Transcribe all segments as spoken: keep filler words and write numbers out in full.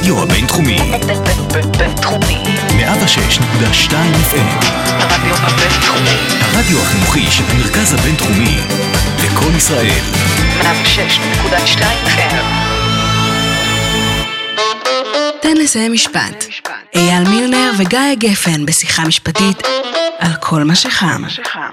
הרדיו הבינתחומי. בינתחומי. מאה ושש נקודה שתיים אף אם. הרדיו הבינתחומי. הרדיו החינוכי של המרכז הבינתחומי. לקול ישראל. מאה ושש נקודה שתיים אף אם. תן לסיים משפט. אייל מילנר וגיא גפן בשיחה משפטית על כל מה שחם.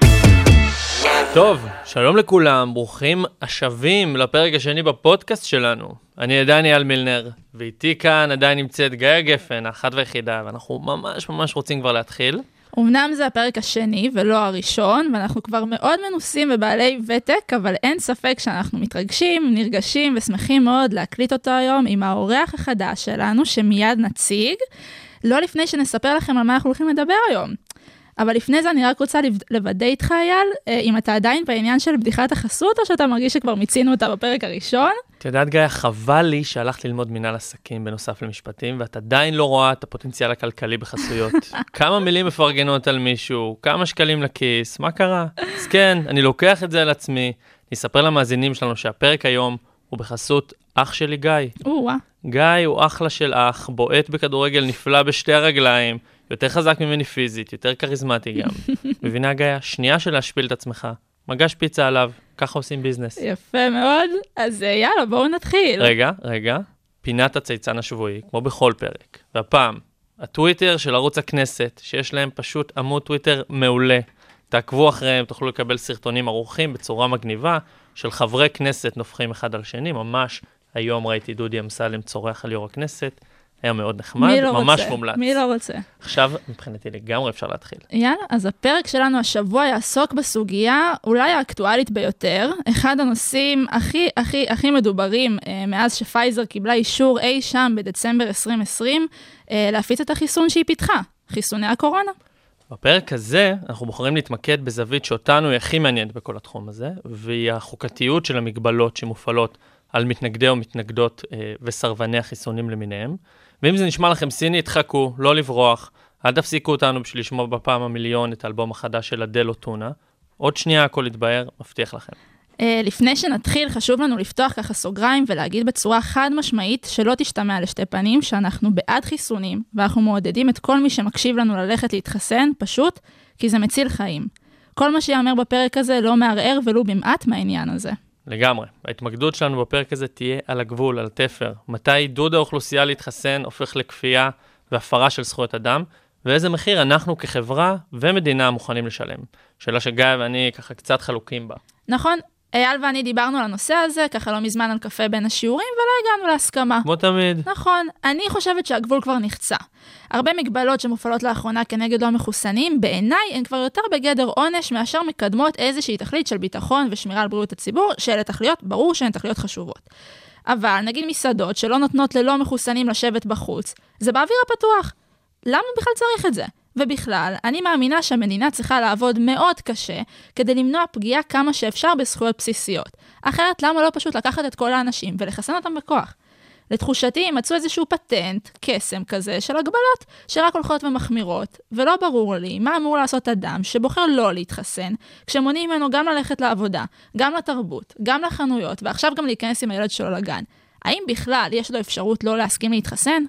טוב, שלום לכולם, ברוכים השבים לפרק השני בפודקאסט שלנו. אני עדיין אייל מילנר, ואיתי כאן עדיין נמצאת גיא גפן, האחת והיחידה, ואנחנו ממש ממש רוצים כבר להתחיל. אמנם זה הפרק השני ולא הראשון, ואנחנו כבר מאוד מנוסים ובעלי ותק, אבל אין ספק שאנחנו מתרגשים, נרגשים ושמחים מאוד להקליט אותו היום עם האורח החדש שלנו, שמיד נציג, לא לפני שנספר לכם על מה אנחנו הולכים לדבר היום. אבל לפני זה אני רק רוצה לוודא איתך, אייל, אם אתה עדיין בעניין של בדיחת החסות, או שאתה מרגיש שכבר מיצינו אותה בפרק הראשון? את יודעת, גיא, חבל לי שהלכת ללמוד מנהל עסקים בנוסף למשפטים, ואת עדיין לא רואה את הפוטנציאל הכלכלי בחסויות. כמה מילים מפרגנות על מישהו, כמה שקלים לכיס, מה קרה? אז כן, אני לוקח את זה על עצמי, אני אספר למאזינים שלנו שהפרק היום הוא בחסות אח שלי גיא. או-אה. גיא הוא אחלה של אח, בועט בכדורגל נפלא בשתי הרגליים, יותר חזק ממני פיזית, יותר קריזמטי גם. מבינה גיא, שנייה של להשפיל את עצמך. מגש פיצה עליו, ככה עושים ביזנס. יפה מאוד. אז יאללה, בואו נתחיל. רגע, רגע. פינת הצייצן השבועי, כמו בכל פרק. והפעם, הטוויטר של ערוץ הכנסת, שיש להם פשוט עמוד טוויטר מעולה. תעקבו אחריהם, תוכלו לקבל סרטונים ערוכים בצורה מגניבה, של חברי כנסת נופחים אחד על שני. ממש היום ראיתי דודי אמסלם צורח על יו"ר הכנסת. היה מאוד נחמד, לא ממש רוצה? מומלץ. מי לא רוצה? עכשיו, מבחינתי לגמרי אפשר להתחיל. יאללה, אז הפרק שלנו השבוע יעסוק בסוגיה אולי האקטואלית ביותר, אחד הנושאים הכי הכי הכי מדוברים אה, מאז שפייזר קיבלה אישור אי שם בדצמבר עשרים עשרים, אה, להפיץ את החיסון שהיא פיתחה, חיסוני הקורונה. בפרק הזה אנחנו בוחרים להתמקד בזווית שאותנו היא הכי מעניינת בכל התחום הזה, והיא החוקתיות של המגבלות שמופעלות על מתנגדי או מתנגדות אה, וסרבני החיסונים למיניהם. ואם זה נשמע לכם סיני, תחכו, לא לברוח, אל תפסיקו אותנו בשביל לשמוע בפעם המיליון את האלבום החדש של אדל או טונה. עוד שנייה הכל יתבהר, מבטיח לכם. Uh, לפני שנתחיל, חשוב לנו לפתוח ככה סוגריים ולהגיד בצורה חד משמעית שלא תשתמע לשתי פנים, שאנחנו בעד חיסונים, ואנחנו מעודדים את כל מי שמקשיב לנו ללכת להתחסן, פשוט כי זה מציל חיים. כל מה שיאמר בפרק הזה לא מערער ולו במעט מהעניין הזה. לגמרי. ההתמקדות שלנו בפרק הזה תהיה על הגבול, על התפר. מתי עידוד האוכלוסייה להתחסן הופך לכפייה והפרה של זכויות אדם, ואיזה מחיר אנחנו כחברה ומדינה מוכנים לשלם. שאלה שגיא ואני ככה קצת חלוקים בה. נכון, אייל ואני דיברנו על הנושא הזה, ככה לא מזמן על קפה בין השיעורים, ולא הגענו להסכמה. כמו תמיד. נכון, אני חושבת שהגבול כבר נחצה. הרבה מגבלות שמופעלות לאחרונה כנגד לא מחוסנים, בעיניי הן כבר יותר בגדר עונש, מאשר מקדמות איזושהי תכלית של ביטחון ושמירה על בריאות הציבור, שאלה תכליות, ברור שהן תכליות חשובות. אבל נגיד מסעדות שלא נותנות ללא מחוסנים לשבת בחוץ, זה באוויר הפתוח. למה בכלל צריך את זה? ובכלל, אני מאמינה שהמדינה צריכה לעבוד מאוד קשה כדי למנוע פגיעה כמה שאפשר בזכויות בסיסיות. אחרת, למה לא פשוט לקחת את כל האנשים ולחסן אותם בכוח? לתחושתי, מצאו איזשהו פטנט, קסם כזה, של הגבלות שרק הולכות ומחמירות, ולא ברור לי מה אמור לעשות אדם שבוחר לא להתחסן, כשמונעים ממנו גם ללכת לעבודה, גם לתרבות, גם לחנויות, ועכשיו גם להיכנס עם הילד שלו לגן. האם בכלל יש לו אפשרות לא להסכים להתחסן?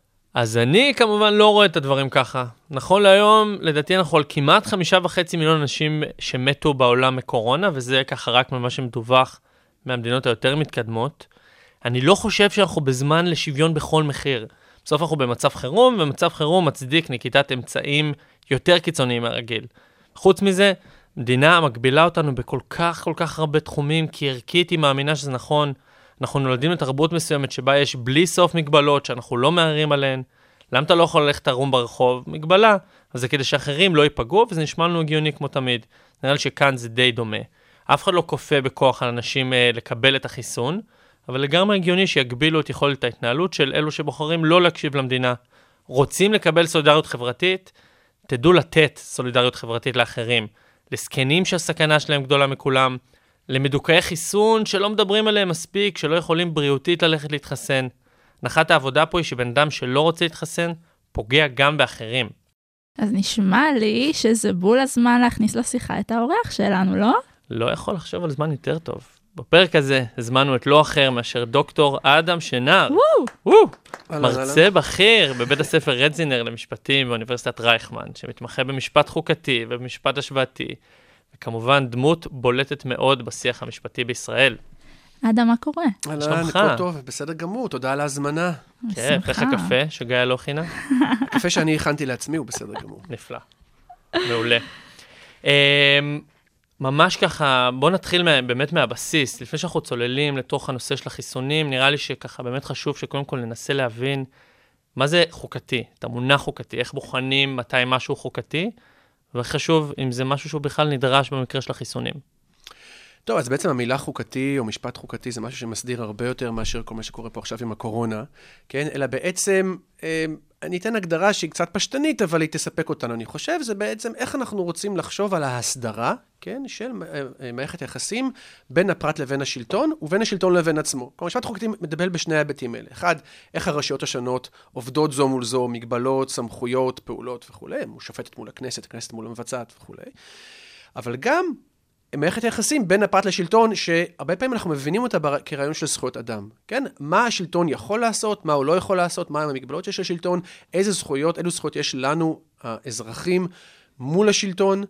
אז אני כמובן לא רואה את הדברים ככה. נכון להיום, לדעתי אנחנו על כמעט חמישה וחצי מיליון אנשים שמתו בעולם מקורונה, וזה ככה רק ממה שמדווח מהמדינות היותר מתקדמות. אני לא חושב שאנחנו בזמן לשוויון בכל מחיר. בסוף אנחנו במצב חירום, ומצב חירום מצדיק נקיטת אמצעים יותר קיצוניים מהרגיל. חוץ מזה, מדינה מגבילה אותנו בכל כך כל כך הרבה תחומים, כי ערכית היא מאמינה שזה נכון. אנחנו נולדים לתרבות מסוימת שבה יש בלי סוף מגבלות שאנחנו לא מערערים עליהן. למה אתה לא יכול ללכת ערום ברחוב? מגבלה. אז זה כדי שאחרים לא ייפגעו, וזה נשמע לנו הגיוני כמו תמיד. נראה לי שכאן זה די דומה. אף אחד לא כופה בכוח על אנשים אה, לקבל את החיסון, אבל לגמרי הגיוני שיגבילו את יכולת ההתנהלות של אלו שבוחרים לא להקשיב למדינה. רוצים לקבל סולידריות חברתית? תדעו לתת סולידריות חברתית לאחרים. לסקנים שהסכנה שלהם גדולה מכולם. למדוכאי חיסון שלא מדברים עליהם מספיק, שלא יכולים בריאותית ללכת להתחסן. נחת העבודה פה היא שבן אדם שלא רוצה להתחסן, פוגע גם באחרים. אז נשמע לי שזה בול הזמן להכניס לשיחה את האורח שלנו, לא? לא יכול לחשוב על זמן יותר טוב. בפרק הזה הזמנו את לא אחר מאשר דוקטור אדם שנר. וואו! וואו! מרצה בכיר בבית הספר רדזינר למשפטים באוניברסיטת רייכמן, שמתמחה במשפט חוקתי ובמשפט השוואתי, וכמובן דמות בולטת מאוד בשיח המשפטי בישראל. אדם, מה קורה? אהלן, הכל טוב, בסדר גמור, תודה על ההזמנה. כן, איך הקפה שגיא לא הכינה? הקפה שאני הכנתי לעצמי הוא בסדר גמור. נפלא, מעולה. ממש ככה, בוא נתחיל באמת מהבסיס, לפני שאנחנו צוללים לתוך הנושא של החיסונים, נראה לי שככה באמת חשוב שקודם כל ננסה להבין מה זה חוקתי, את המונח חוקתי, איך בוחנים מתי משהו חוקתי, וחשוב אם זה משהו שהוא בכלל נדרש במקרה של החיסונים. טוב, אז בעצם המילה חוקתי או משפט חוקתי זה משהו שמסדיר הרבה יותר מאשר כל מה שקורה פה עכשיו עם הקורונה, כן? אלא בעצם, אני אתן הגדרה שהיא קצת פשטנית, אבל היא תספק אותנו. אני חושב, זה בעצם איך אנחנו רוצים לחשוב על ההסדרה, כן? של מערכת היחסים בין הפרט לבין השלטון, ובין השלטון לבין עצמו. כלומר, משפט חוקתי מדבר בשני ההיבטים האלה. אחד, איך הרשויות השונות עובדות זו מול זו, מגבלות, סמכויות, פעולות וכו'. הוא שופטת מול הכנסת, הכנסת מול המבצעת וכו'. אבל גם מערכת היחסים בין הפרט לשלטון, שהרבה פעמים אנחנו מבינים אותה כרעיון של זכויות אדם, כן? מה השלטון יכול לעשות, מה הוא לא יכול לעשות, מה המגבלות שיש לשלטון, איזה זכויות, אילו זכויות יש לנו, האזרחים, מול השלטון,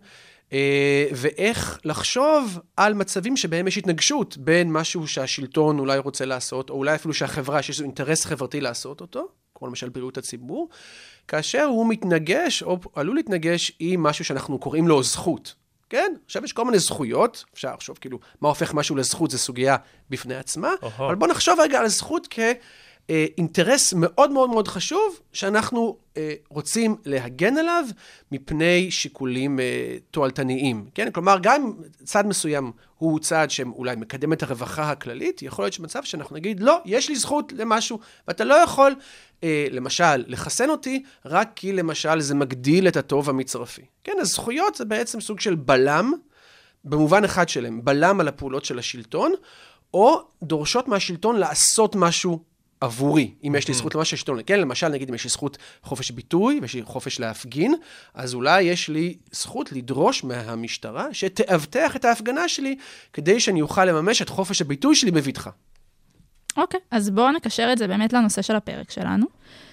ואיך לחשוב על מצבים שבהם יש התנגשות בין משהו שהשלטון אולי רוצה לעשות, או אולי אפילו שהחברה, שיש איזה אינטרס חברתי לעשות אותו, כמו למשל בריאות הציבור, כאשר הוא מתנגש, או עלול להתנגש, עם משהו שאנחנו קוראים לו זכות. כן? עכשיו יש כל מיני זכויות, אפשר לחשוב כאילו, מה הופך משהו לזכות, זה סוגיה בפני עצמה, אוהו. אבל בוא נחשוב רגע על הזכות כאינטרס מאוד מאוד מאוד חשוב, שאנחנו אה, רוצים להגן עליו, מפני שיקולים אה, תועלתניים, כן? כלומר, גם צעד מסוים הוא צעד שאולי מקדם את הרווחה הכללית, יכול להיות שמצב שאנחנו נגיד, לא, יש לי זכות למשהו, ואתה לא יכול, אה, למשל, לחסן אותי, רק כי למשל זה מגדיל את הטוב המצרפי. כן, הזכויות זה בעצם סוג של בלם, במובן אחד שלהם, בלם על הפעולות של השלטון, או דורשות מהשלטון לעשות משהו עבורי, אם יש לי זכות למה שהשלטון, כן, למשל, נגיד, אם יש לי זכות חופש ביטוי, ויש לי חופש להפגין, אז אולי יש לי זכות לדרוש מהמשטרה, שתאבטח את ההפגנה שלי, כדי שאני אוכל לממש את חופש הביטוי שלי בביטחה. אוקיי, אז בואו נקשר את זה באמת לנושא של הפרק שלנו.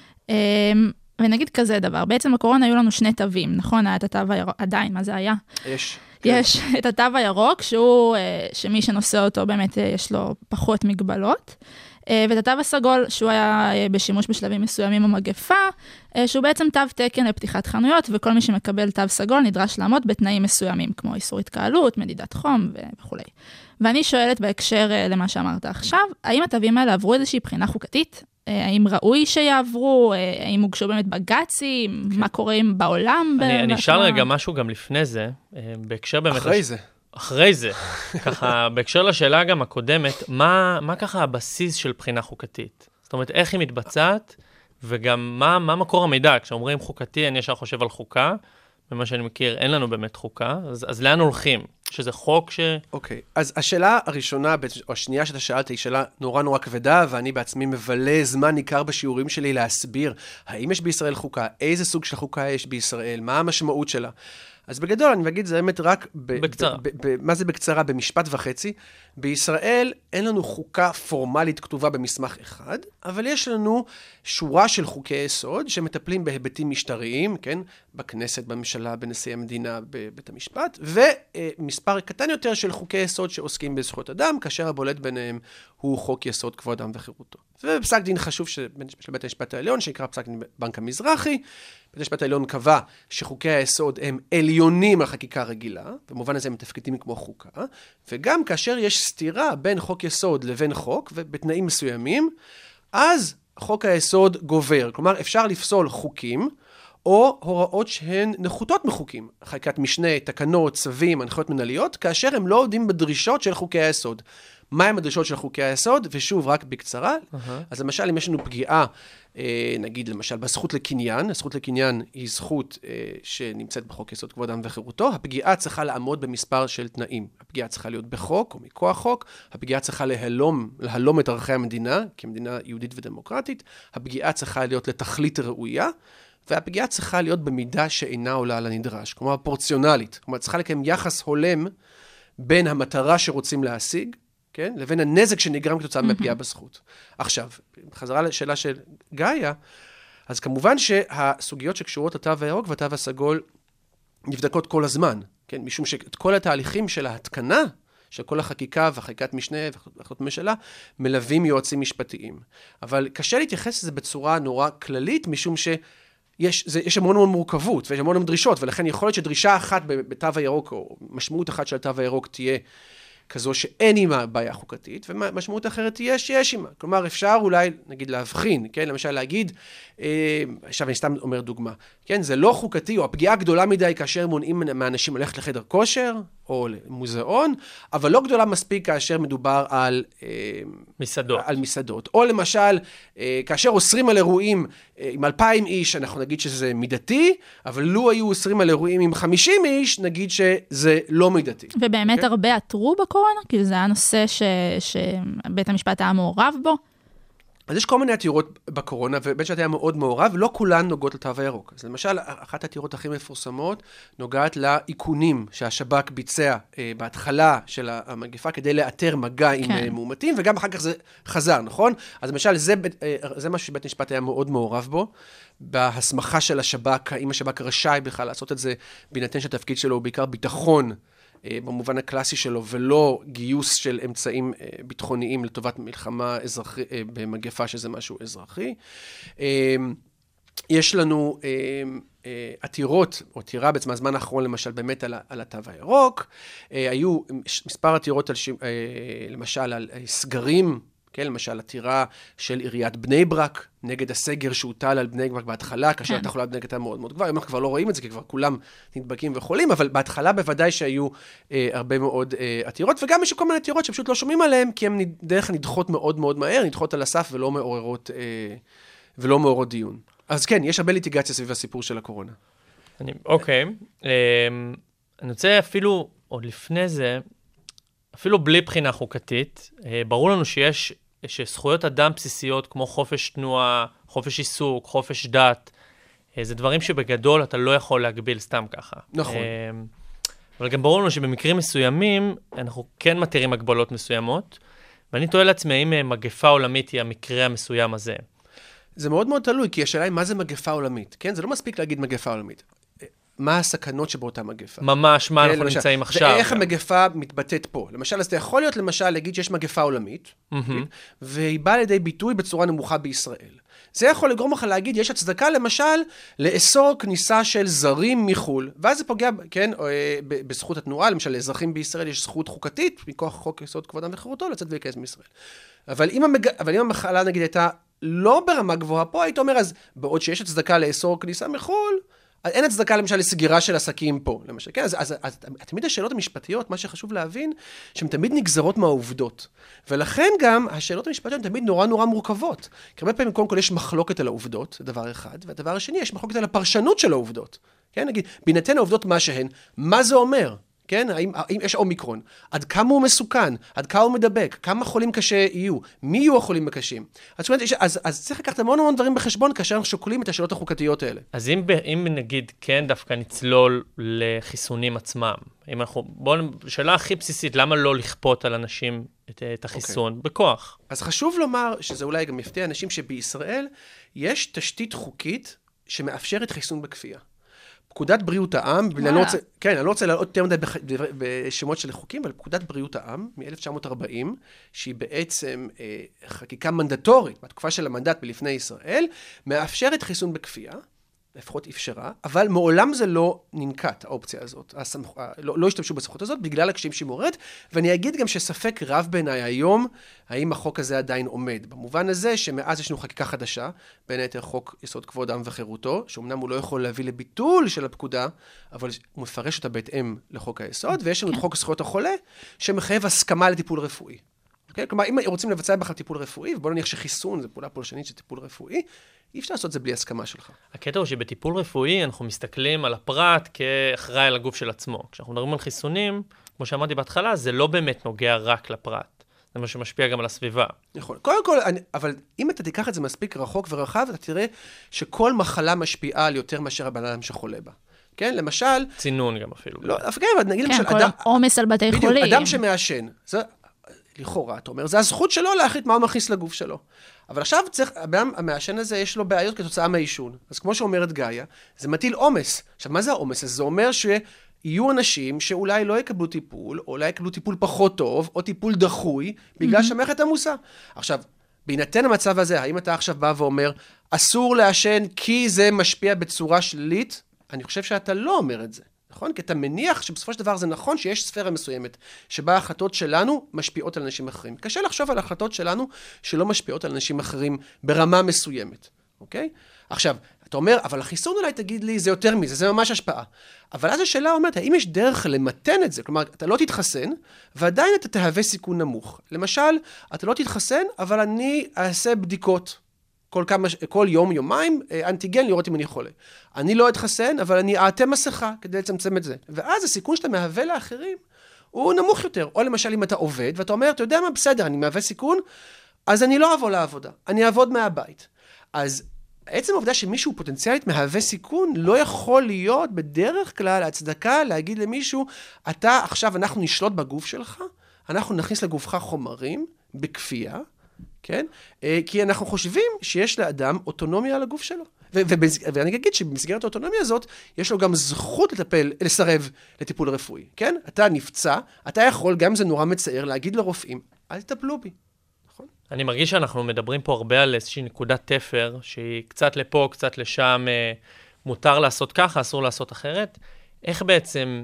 ונגיד כזה דבר, בעצם בקורונה היו לנו שני תווים, נכון? היה את התו הירוק, עדיין, מה זה היה? יש. יש את התו הירוק, שהוא, שמי שנושא אותו באמת יש לו פחות מגבלות, ואת התו הסגול, שהוא היה בשימוש בשלבים מסוימים במגפה, שהוא בעצם תו תקן לפתיחת חנויות, וכל מי שמקבל תו סגול נדרש לעמוד בתנאים מסוימים, כמו איסור התקהלות, מדידת חום וכו'. ואני שואלת בהקשר למה שאמרת עכשיו, האם התווים האלה עברו איזושהי בחינה חוקתית? האם ראוי שיעברו? האם הוגשו באמת בג"צים? מה קורה בעולם? אני אשאל רגע משהו גם לפני זה, בהקשר באמת... אחרי זה. אחרי זה. ככה, בהקשר לשאלה גם הקודמת, מה, מה ככה הבסיס של בחינה חוקתית? זאת אומרת, איך היא מתבצעת, וגם מה, מה מקור המידע? כשאומרים חוקתי, אני ישר חושב על חוקה, ומה שאני מכיר, אין לנו באמת חוקה, אז, אז לאן הולכים? שזה חוק ש... אוקיי, אז השאלה הראשונה, או השנייה שאתה שאלת, היא שאלה נורא נורא כבדה, ואני בעצמי מבלה זמן ניכר בשיעורים שלי להסביר, האם יש בישראל חוקה, איזה סוג של חוקה יש בישראל, מה המשמעות שלה. אז בגדול, אני אגיד, זה באמת רק... בקצרה. ב- ב- ב- מה זה בקצרה? במשפט וחצי. בישראל אין לנו חוקה פורמלית כתובה במסמך אחד, אבל יש לנו שורה של חוקי יסוד שמטפלים בהיבטים משטריים, כן? בכנסת, בממשלה, בנשיא המדינה, בבית המשפט, ומספר קטן יותר של חוקי יסוד שעוסקים בזכויות אדם, כאשר הבולט ביניהם הוא חוק יסוד כבוד אדם וחירותו. ובפסק דין חשוב של בית המשפט העליון, שנקרא פסק דין בנק המזרחי, בית המשפט העליון קבע שחוקי היסוד הם עליונים על חקיקה רגילה, במובן הזה הם מתפקדים כמו חוקה, וגם כאשר יש סתירה בין חוק יסוד לבין חוק, ובתנאים מסוימים, אז חוק היסוד גובר. כלומר, אפשר לפסול חוקים, או הוראות שהן נחותות מחוקים, חקיקת משנה, תקנות, צווים, הנחיות מנהליות, כאשר הם לא עומדים בדרישות של חוקי היסוד. מהם הדרישות של חוקי היסוד? ושוב, רק בקצרה. Uh-huh. אז למשל, אם יש לנו פגיעה, אה, נגיד למשל, בזכות לקניין, הזכות לקניין היא זכות אה, שנמצאת בחוק יסוד כבוד אדם וחירותו, הפגיעה צריכה לעמוד במספר של תנאים. הפגיעה צריכה להיות בחוק או מכוח חוק, הפגיעה צריכה להלום, להלום את ערכי המדינה, כמדינה יהודית ודמוקרטית, הפגיעה צריכה להיות לתכלית ראויה, והפגיעה צריכה להיות במידה שאינה עולה על הנדרש, כלומר פורציונלית, כלומר צריכה לקיים יחס הולם בין המטרה שרוצים להשיג, כן? לבין הנזק שנגרם כתוצאה מהפגיעה בזכות. עכשיו, חזרה לשאלה של גאיה, אז כמובן שהסוגיות שקשורות לתו הירוק והתו הסגול נבדקות כל הזמן, כן? משום שאת כל התהליכים של ההתקנה, של כל החקיקה והחקיקת משנה והחלטות ממשלה, מלווים יועצים משפטיים. אבל קשה להתייחס לזה בצורה נורא כללית, משום שיש זה, יש המון המון מורכבות, ויש המון המון דרישות, ולכן יכול להיות שדרישה אחת בתו הירוק, או משמעות אחת של התו הירוק תהיה כזו שאין עימה בעיה חוקתית, ומשמעות אחרת תהיה שיש עימה. כלומר, אפשר אולי, נגיד, להבחין, כן? למשל להגיד, אה, עכשיו אני סתם אומר דוגמה, כן? זה לא חוקתי, או הפגיעה גדולה מדי כאשר מונעים מאנשים ללכת לחדר כושר, או למוזיאון, אבל לא גדולה מספיק כאשר מדובר על אה, מסעדות. על מסעדות. או למשל, אה, כאשר אוסרים על אירועים אה, עם אלפיים איש, אנחנו נגיד שזה מידתי, אבל לו היו אוסרים על אירועים עם חמישים איש, נגיד שזה לא מידתי. ובאמת okay? הרבה עתרו בקורונה? כאילו זה היה נושא ש... שבית המשפט היה מעורב בו? אז יש כל מיני עתירות בקורונה, ובית המשפט היה מאוד מעורב, לא כולן נוגעות לתו הירוק. אז למשל, אחת העתירות הכי מפורסמות נוגעת לאיכונים שהשב"כ ביצע אה, בהתחלה של המגפה, כדי לאתר מגע עם כן. מאומתים, וגם אחר כך זה חזר, נכון? אז למשל, זה, אה, זה משהו שבית המשפט היה מאוד מעורב בו, בהסמכה של השב"כ, האם השב"כ רשאי בכלל לעשות את זה, בהינתן שהתפקיד שלו הוא בעיקר ביטחון, במובן הקלאסי שלו, ולא גיוס של אמצעים ביטחוניים לטובת מלחמה אזרחי, במגפה שזה משהו אזרחי. יש לנו עתירות, או עתירה בעצם הזמן האחרון למשל באמת על, על התו הירוק, היו מספר עתירות על, למשל על סגרים, כן, למשל עתירה של עיריית בני ברק, נגד הסגר שהוטל על בני ברק בהתחלה, כאשר התחלואה בבני ברק הייתה מאוד מאוד גבוהה, היום אנחנו כבר לא רואים את זה, כי כבר כולם נדבקים וחולים, אבל בהתחלה בוודאי שהיו אה, הרבה מאוד אה, עתירות, וגם יש כל מיני עתירות שפשוט לא שומעים עליהן, כי הן דרך נדחות מאוד מאוד מהר, נדחות על הסף ולא מעוררות, אה, ולא מעוררות דיון. אז כן, יש הרבה ליטיגציה סביב הסיפור של הקורונה. אני, אוקיי. אה, אני רוצה אפילו, עוד לפני זה, אפילו בלי בחינה חוקתית, אה, ברור לנו שיש שזכויות אדם בסיסיות כמו חופש תנועה, חופש עיסוק, חופש דת, זה דברים שבגדול אתה לא יכול להגביל סתם ככה. נכון. אבל גם ברור לנו שבמקרים מסוימים אנחנו כן מתירים הגבלות מסוימות, ואני תוהה לעצמי אם מגפה עולמית היא המקרה המסוים הזה. זה מאוד מאוד תלוי, כי השאלה היא מה זה מגפה עולמית, כן? זה לא מספיק להגיד מגפה עולמית. מה הסכנות שבאותה מגפה. ממש, מה כן, אנחנו למשל, נמצאים עכשיו. ואיך המגפה מתבטאת פה. למשל, אז אתה יכול להיות למשל להגיד שיש מגפה עולמית, mm-hmm. והיא באה לידי ביטוי בצורה נמוכה בישראל. זה יכול לגרום לך להגיד, יש הצדקה למשל לאסור כניסה של זרים מחול, ואז זה פוגע, כן, בזכות התנועה, למשל לאזרחים בישראל יש זכות חוקתית, מכוח חוק יסוד כבודם וחירותו, לצאת ולהיכנס מישראל. אבל אם, המג... אבל אם המחלה נגיד הייתה לא ברמה גבוהה פה, היית אומר, אז בעוד שיש הצדקה לאסור כניסה מחול, אין הצדקה למשל לסגירה של עסקים פה, למשל. כן, אז, אז, אז תמיד השאלות המשפטיות, מה שחשוב להבין, שהן תמיד נגזרות מהעובדות. ולכן גם השאלות המשפטיות הן תמיד נורא נורא מורכבות. כי הרבה פעמים קודם כל יש מחלוקת על העובדות, זה דבר אחד, והדבר השני, יש מחלוקת על הפרשנות של העובדות. כן, נגיד, בהינתן העובדות מה שהן, מה זה אומר? כן, האם, האם יש אומיקרון? עד כמה הוא מסוכן? עד כמה הוא מדבק? כמה חולים קשה יהיו? מי יהיו החולים הקשים? אז, אז, אז צריך לקחת המון המון דברים בחשבון כאשר אנחנו שוקלים את השאלות החוקתיות האלה. אז אם, אם נגיד כן דווקא נצלול לחיסונים עצמם, אם אנחנו, בואו, שאלה הכי בסיסית, למה לא לכפות על אנשים את, את החיסון okay. בכוח? אז חשוב לומר שזה אולי גם יפתיע אנשים שבישראל יש תשתית חוקית שמאפשרת חיסון בכפייה. פקודת בריאות העם, אני לא רוצה, כן, אני לא רוצה לעלות יותר מדי בשמות של חוקים, אבל פקודת בריאות העם מ-אלף תשע מאות ארבעים, שהיא בעצם אה, חקיקה מנדטורית, בתקופה של המנדט בלפני ישראל, מאפשרת חיסון בכפייה, לפחות אפשרה, אבל מעולם זה לא ננקט, האופציה הזאת. הסמכ... לא, לא השתמשו בסמכות הזאת, בגלל הקשיים שהיא מעוררת, ואני אגיד גם שספק רב בעיניי היום, האם החוק הזה עדיין עומד. במובן הזה שמאז יש לנו חקיקה חדשה, בין היתר חוק יסוד כבוד האדם וחירותו, שאומנם הוא לא יכול להביא לביטול של הפקודה, אבל הוא מפרש אותה בהתאם לחוק היסוד, ויש לנו את חוק זכויות החולה, שמחייב הסכמה לטיפול רפואי. Okay? כלומר, אם רוצים לבצע בכלל טיפול רפואי, ובוא נניח שחיסון זה פעולה פולשנית של טיפול רפואי, אי אפשר לעשות את זה בלי הסכמה שלך. הקטע הוא שבטיפול רפואי אנחנו מסתכלים על הפרט כאחראי על הגוף של עצמו. כשאנחנו מדברים על חיסונים, כמו שאמרתי בהתחלה, זה לא באמת נוגע רק לפרט. זה מה שמשפיע גם על הסביבה. נכון. קודם כל, אני, אבל אם אתה תיקח את זה מספיק רחוק ורחב, אתה תראה שכל מחלה משפיעה על יותר מאשר הבן אדם שחולה בה. כן, למשל... צינון גם אפילו. לא, אבל נגיד כן, למשל... כל העומס על בתי בדיוק, חולים. אדם שמעשן, זה... לכאורה, אתה אומר, זה הזכות שלו להחליט מה הוא מכניס לגוף שלו. אבל עכשיו צריך, הבן המעשן הזה יש לו בעיות כתוצאה מהעישון. אז כמו שאומרת גאיה, זה מטיל עומס. עכשיו, מה זה העומס? אז זה אומר שיהיו אנשים שאולי לא יקבלו טיפול, או אולי יקבלו טיפול פחות טוב, או טיפול דחוי, בגלל שהמערכת עמוסה. עכשיו, בהינתן המצב הזה, האם אתה עכשיו בא ואומר, אסור לעשן כי זה משפיע בצורה שלילית? אני חושב שאתה לא אומר את זה. נכון? כי אתה מניח שבסופו של דבר זה נכון שיש ספירה מסוימת, שבה ההחלטות שלנו משפיעות על אנשים אחרים. קשה לחשוב על ההחלטות שלנו שלא משפיעות על אנשים אחרים ברמה מסוימת. אוקיי? עכשיו, אתה אומר, אבל החיסון אולי תגיד לי, זה יותר מזה, זה ממש השפעה. אבל אז השאלה אומרת, האם יש דרך למתן את זה? כלומר, אתה לא תתחסן, ועדיין אתה תהווה סיכון נמוך. למשל, אתה לא תתחסן, אבל אני אעשה בדיקות. כל כמה, כל יום, יומיים, אנטיגן לראות אם אני חולה. אני לא אתחסן, אבל אני אעטה מסכה כדי לצמצם את זה. ואז הסיכון שאתה מהווה לאחרים הוא נמוך יותר. או למשל אם אתה עובד, ואתה אומר, אתה יודע מה, בסדר, אני מהווה סיכון, אז אני לא אבוא לעבודה. אני אעבוד מהבית. אז עצם העובדה שמישהו פוטנציאלית מהווה סיכון, לא יכול להיות בדרך כלל הצדקה להגיד למישהו, אתה עכשיו אנחנו נשלוט בגוף שלך, אנחנו נכניס לגופך חומרים בכפייה, כן? כי אנחנו חושבים שיש לאדם אוטונומיה על הגוף שלו. ו- ו- ואני אגיד שבמסגרת האוטונומיה הזאת, יש לו גם זכות לטפל, לסרב לטיפול רפואי, כן? אתה נפצע, אתה יכול, גם זה נורא מצער, להגיד לרופאים, אל תטפלו בי. נכון? אני מרגיש שאנחנו מדברים פה הרבה על איזושהי נקודת תפר, שהיא קצת לפה, קצת לשם, מותר לעשות ככה, אסור לעשות אחרת. איך בעצם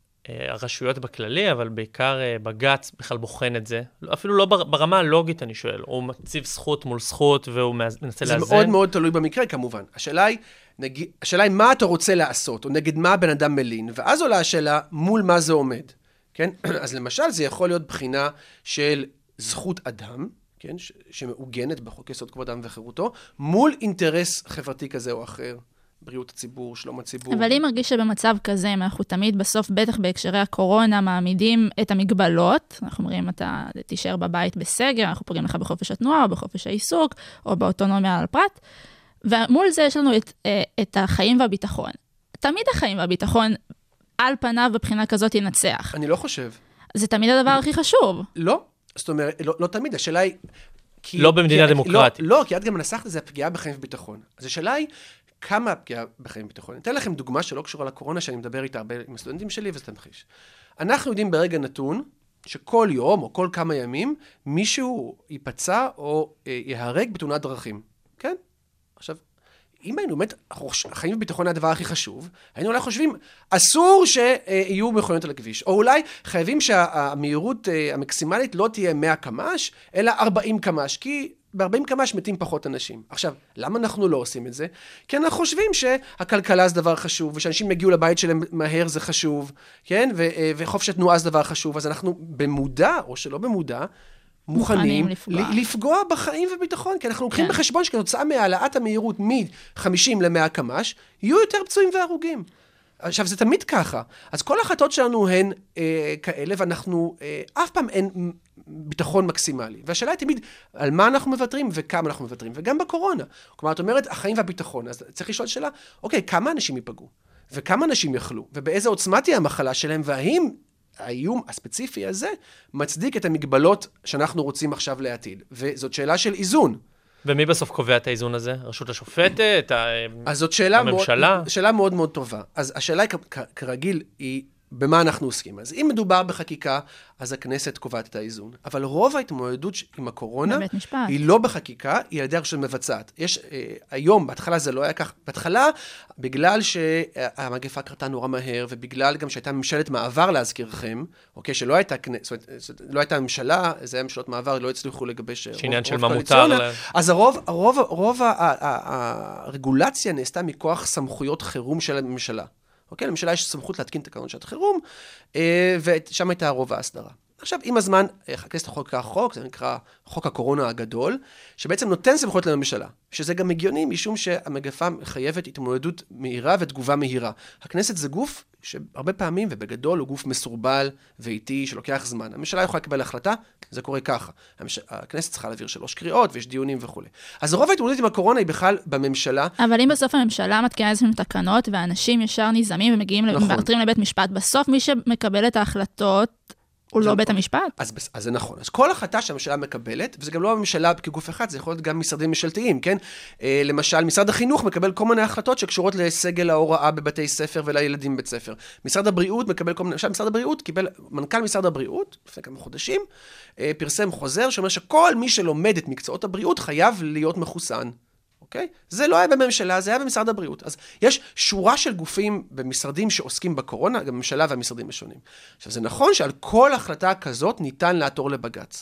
הרשויות בכללי, אבל בעיקר בג"ץ בכלל בוחן את זה. אפילו לא ברמה הלוגית, אני שואל. הוא מציב זכות מול זכות, והוא מנסה לאזן. זה מאוד מאוד תלוי במקרה, כמובן. השאלה היא, נגיד, השאלה היא מה אתה רוצה לעשות, או נגד מה הבן אדם מלין, ואז עולה השאלה מול מה זה עומד. כן? אז למשל, זה יכול להיות בחינה של זכות אדם, כן? ש- שמעוגנת בחוק יסוד כבוד האדם וחירותו, מול אינטרס חברתי כזה או אחר. בריאות הציבור, שלום הציבור. אבל אני מרגיש שבמצב כזה, אם אנחנו תמיד בסוף, בטח בהקשרי הקורונה, מעמידים את המגבלות, אנחנו אומרים, אתה תישאר בבית בסגר, אנחנו פוגעים לך בחופש התנועה, או בחופש העיסוק, או באוטונומיה על הפרט, ומול זה יש לנו את, את החיים והביטחון. תמיד החיים והביטחון, על פניו בבחינה כזאת ינצח. אני לא חושב. זה תמיד הדבר הכי חשוב. לא, זאת אומרת, לא, לא תמיד, השאלה היא... כי, לא במדינה כי, דמוקרטית. לא, לא, כי את גם מנסחת את זה, הפגיעה בחיים וביטחון. אז השאלה היא, כמה הפגיעה בחיים וביטחון? אני אתן לכם דוגמה שלא קשורה לקורונה, שאני מדבר איתה הרבה עם הסטודנטים שלי, וזה תמחיש. אנחנו יודעים ברגע נתון, שכל יום או כל כמה ימים, מישהו ייפצע או אה, יהרג בתאונת דרכים. כן? עכשיו, אם היינו באמת, החיים וביטחון הדבר הכי חשוב, היינו אולי חושבים, אסור שיהיו מכוניות על הכביש, או אולי חייבים שהמהירות המקסימלית לא תהיה מאה קמ"ש, אלא ארבעים קמ"ש, כי ב-ארבעים קמ"ש מתים פחות אנשים. עכשיו, למה אנחנו לא עושים את זה? כי אנחנו חושבים שהכלכלה זה דבר חשוב, ושאנשים יגיעו לבית שלהם מהר זה חשוב, כן? ו- וחופש התנועה זה דבר חשוב, אז אנחנו במודע, או שלא במודע, מוכנים לפגוע. לפגוע בחיים וביטחון, כי אנחנו לוקחים כן. בחשבון שכתוצאה מהעלאת המהירות מ-חמישים ל-מאה קמ"ש, יהיו יותר פצועים והרוגים. עכשיו, זה תמיד ככה. אז כל ההחלטות שלנו הן אה, כאלה, ואנחנו, אה, אף פעם אין ביטחון מקסימלי. והשאלה היא תמיד, על מה אנחנו מוותרים וכמה אנחנו מוותרים, וגם בקורונה. כלומר, את אומרת, החיים והביטחון, אז צריך לשאול שאלה, אוקיי, כמה אנשים ייפגעו? וכמה אנשים יחלו? ובאיזה עוצמה תהיה המחלה שלהם, והאם האיום הספציפי הזה מצדיק את המגבלות שאנחנו רוצים עכשיו לעתיד. וזאת שאלה של איזון. ומי בסוף קובע את האיזון הזה? הרשות השופטת? אז זאת שאלה הממשלה? מאוד, שאלה מאוד מאוד טובה. אז השאלה היא, כרגיל, היא במה אנחנו עוסקים. אז אם מדובר בחקיקה, אז הכנסת קובעת את האיזון. אבל רוב ההתמודדות עם הקורונה, היא לא בחקיקה, היא על ידי הרשות מבצעת. יש, אה, היום, בהתחלה זה לא היה כך. בהתחלה, בגלל שהמגפה קרתה נורא מהר, ובגלל גם שהייתה ממשלת מעבר להזכירכם, אוקיי, שלא הייתה, זאת אומרת, לא הייתה ממשלה, זה היה ממשלות מעבר, לא הצליחו לגבש שעניין של מה מותר. אז הרוב, הרוב, הרוב הרגולציה נעשתה מכוח סמכויות חירום של הממשלה. אוקיי, לממשלה יש סמכות להתקין תקנות שעת חירום, ושם הייתה הרוב ההסדרה. עכשיו, עם הזמן, הכנסת חוקקה חוק, זה נקרא חוק הקורונה הגדול, שבעצם נותן סמכות לממשלה, שזה גם הגיוני, משום שהמגפה מחייבת התמודדות מהירה ותגובה מהירה. הכנסת זה גוף שהרבה פעמים, ובגדול, הוא גוף מסורבל ואיטי, שלוקח זמן. הממשלה יכולה לקבל החלטה, זה קורה ככה. המש... הכנסת צריכה להעביר שלוש קריאות, ויש דיונים וכו'. אז רוב ההתמודדות עם הקורונה היא בכלל בממשלה. אבל אם בסוף הממשלה מתקינה איזשהם תקנות, ואנשים ישר נזמים ומגיעים, נכון. ומאתרים לבית משפט, בסוף מי שמקבל את ההחלטות, הוא לא בית המשפט? אז, אז זה נכון. אז כל החלטה שהממשלה מקבלת, וזה גם לא הממשלה כגוף אחד, זה יכול להיות גם משרדים ממשלתיים, כן? אה, למשל, משרד החינוך מקבל כל מיני החלטות שקשורות לסגל ההוראה בבתי ספר ולילדים בית ספר. משרד הבריאות מקבל כל מיני, למשל, משרד הבריאות קיבל, מנכ"ל משרד הבריאות, לפני כמה חודשים, אה, פרסם חוזר שאומר שכל מי שלומד את מקצועות הבריאות חייב להיות מחוסן. אוקיי? זה לא היה בממשלה, זה היה במשרד הבריאות. אז יש שורה של גופים במשרדים שעוסקים בקורונה, גם הממשלה והמשרדים השונים. עכשיו, זה נכון שעל כל החלטה כזאת ניתן לעתור לבגץ.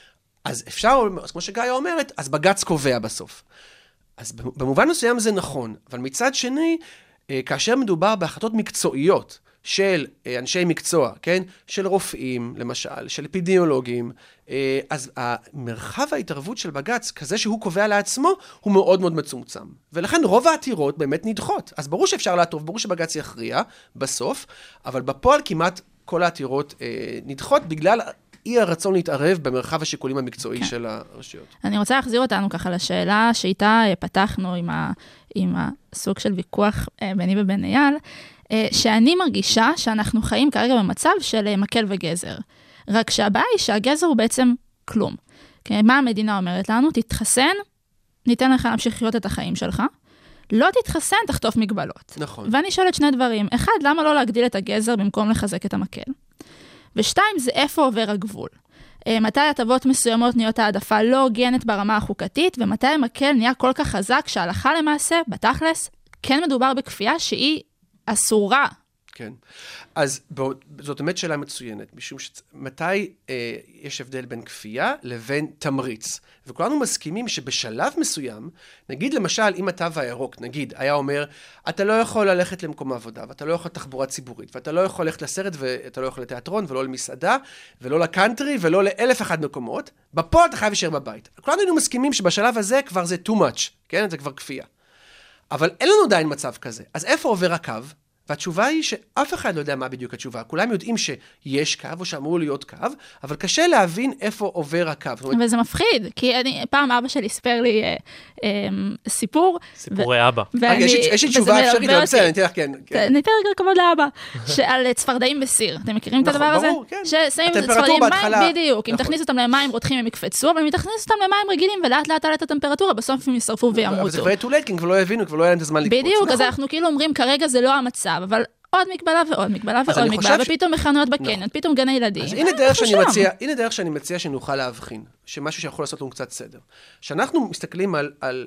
אז אפשר, אז כמו שגיא אומרת, אז בגץ קובע בסוף. אז במובן מסוים זה נכון, אבל מצד שני, כאשר מדובר בהחלטות מקצועיות, של אנשי מקצוע, כן? של רופאים, למשל, של אפידמיולוגים, אז המרחב ההתערבות של בגץ, כזה שהוא קובע לעצמו, הוא מאוד מאוד מצומצם. ולכן רוב העתירות באמת נדחות. אז ברור שאפשר לעתור, ברור שבגץ יכריע בסוף, אבל בפועל כמעט כל העתירות נדחות בגלל אי הרצון להתערב במרחב השיקולים המקצועי כן. של הרשויות. אני רוצה להחזיר אותנו ככה לשאלה שאיתה פתחנו עם, ה, עם הסוג של ויכוח ביני ובין אייל, שאני מרגישה שאנחנו חיים כרגע במצב של מקל וגזר. רק שהבעיה היא שהגזר הוא בעצם כלום. מה המדינה אומרת לנו? תתחסן, ניתן לך להמשיך לחיות את החיים שלך. לא תתחסן, תחטוף מגבלות. נכון. ואני שואלת שני דברים. אחד, למה לא להגדיל את הגזר במקום לחזק את המקל? ושתיים, זה איפה עובר הגבול. מתי הטבות מסוימות נהיות העדפה לא הוגנת ברמה החוקתית, ומתי המקל נהיה כל כך חזק שההלכה למעשה, בתכלס, כן מדובר בכפייה שהיא אסורה. כן. אז זאת באמת שאלה מצוינת, משום שמתי אה, יש הבדל בין כפייה לבין תמריץ. וכולנו מסכימים שבשלב מסוים, נגיד למשל, אם התו הירוק, נגיד, היה אומר, אתה לא יכול ללכת למקום העבודה, ואתה לא יכול לתחבורה ציבורית, ואתה לא יכול ללכת לסרט, ואתה לא יכול לתיאטרון, ולא למסעדה, ולא לקאנטרי, ולא לאלף אחד מקומות, בפועל אתה חייב להישאר בבית. כולנו היינו מסכימים שבשלב הזה כבר זה too much, כן? זה כבר כפייה. אבל אין לנו עדיין מצב כזה. אז איפה עובר הקו? והתשובה היא שאף אחד לא יודע מה בדיוק התשובה. כולם יודעים שיש קו או שאמור להיות קו, אבל קשה להבין איפה עובר הקו. וזה מפחיד, כי אני, פעם אבא שלי ספר לי אה, אה, סיפור. סיפורי ו- אבא. ואני, יש, יש לי תשובה אפשרית, אבל בסדר, אני תלך, כן. כן. ניתן רגע כבוד לאבא, שעל צפרדעים בסיר. אתם מכירים נכון, את הדבר ברור, הזה? כן. ששמים צפרדעים מים, בדיוק. אם תכניס אותם למים רותחים הם יקפצו, אבל אם תכניס אותם למים רגילים ולאט לאט תעלה את הטמפרטורה, בסוף הם ישרפו וימותו. אבל זה כבר too late, כי כבר לא יבינו, כבר לא היה להם את הזמן לקפוץ. בדיוק, אז אנחנו כאילו אומרים, כרגע זה לא המצב, אבל עוד מגבלה ועוד מגבלה ועוד מגבלה, ופתאום מכנות בקניון, פתאום גני ילדים. אז הנה דרך שאני מציע, הנה דרך שאני מציע שנוכל להבחין, שמשהו שיכול לעשות לנו קצת סדר. שאנחנו מסתכלים על, על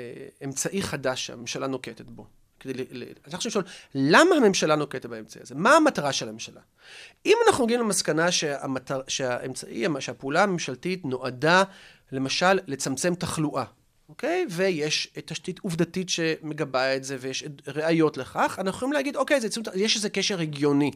אמצעי חדש שהממשלה נוקטת בו. אנחנו חושבים לשאול, למה הממשלה נוקטת באמצעי הזה? מה המטרה של הממשלה? אם אנחנו מגיעים למסקנה שהמטר, שהאמצעי, שהפעולה הממשלתית נועדה, למשל, לצמצם תחלואה, אוקיי? ויש תשתית עובדתית שמגבה את זה, ויש ראיות לכך, אנחנו יכולים להגיד, אוקיי, זה, יש איזה קשר הגיוני.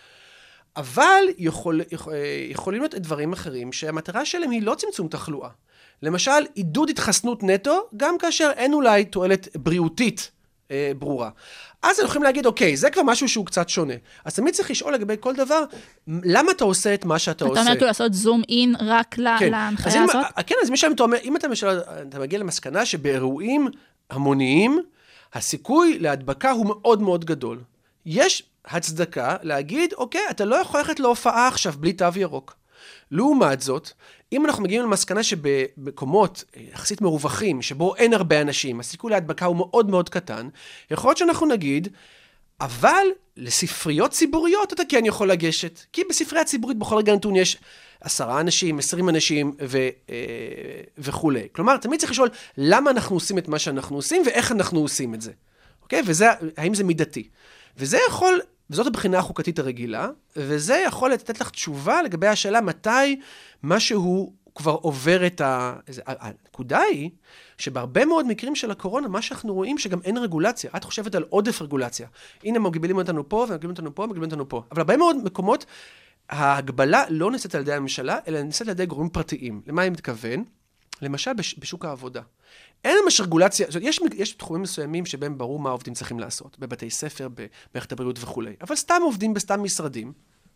אבל יכול, יכול, יכולים להיות דברים אחרים, שהמטרה שלהם היא לא צמצום תחלואה. למשל, עידוד התחסנות נטו, גם כאשר אין אולי תועלת בריאותית אה, ברורה. אז אנחנו יכולים להגיד, אוקיי, זה כבר משהו שהוא קצת שונה. אז תמיד צריך לשאול לגבי כל דבר, למה אתה עושה את מה שאתה עושה? אתה אומר כאילו לעשות זום אין רק להנחיה הזאת? כן, אז משם אתה אומר, אם אתה, משל, אתה מגיע למסקנה שבאירועים המוניים, הסיכוי להדבקה הוא מאוד מאוד גדול. יש הצדקה להגיד, אוקיי, אתה לא יכול ללכת להופעה עכשיו בלי תו ירוק. לעומת זאת, אם אנחנו מגיעים למסקנה שבמקומות יחסית מרווחים, שבו אין הרבה אנשים, הסיכוי להדבקה הוא מאוד מאוד קטן, יכול להיות שאנחנו נגיד, אבל לספריות ציבוריות אתה כן יכול לגשת, כי בספרייה ציבורית בכל רגע נתון יש עשרה אנשים, עשרים אנשים ו, וכו'. כלומר, תמיד צריך לשאול למה אנחנו עושים את מה שאנחנו עושים ואיך אנחנו עושים את זה. אוקיי? וזה, האם זה מידתי? וזה יכול, וזאת הבחינה החוקתית הרגילה, וזה יכול לתת לך תשובה לגבי השאלה מתי משהו כבר עובר את ה... הנקודה היא שבהרבה מאוד מקרים של הקורונה, מה שאנחנו רואים שגם אין רגולציה. את חושבת על עודף רגולציה. הנה, מגבילים אותנו פה, ומגבילים אותנו פה, מגבילים אותנו פה. אבל הרבה מאוד מקומות, ההגבלה לא נעשית על ידי הממשלה, אלא נעשית על ידי גורמים פרטיים. למה אני מתכוון? למשל, בשוק העבודה. אין ממש רגולציה, יש, יש תחומים מסוימים שבהם ברור מה העובדים צריכים לעשות, בבתי ספר, במערכת הבריאות וכו'. אבל סתם עובדים בסתם משרדים,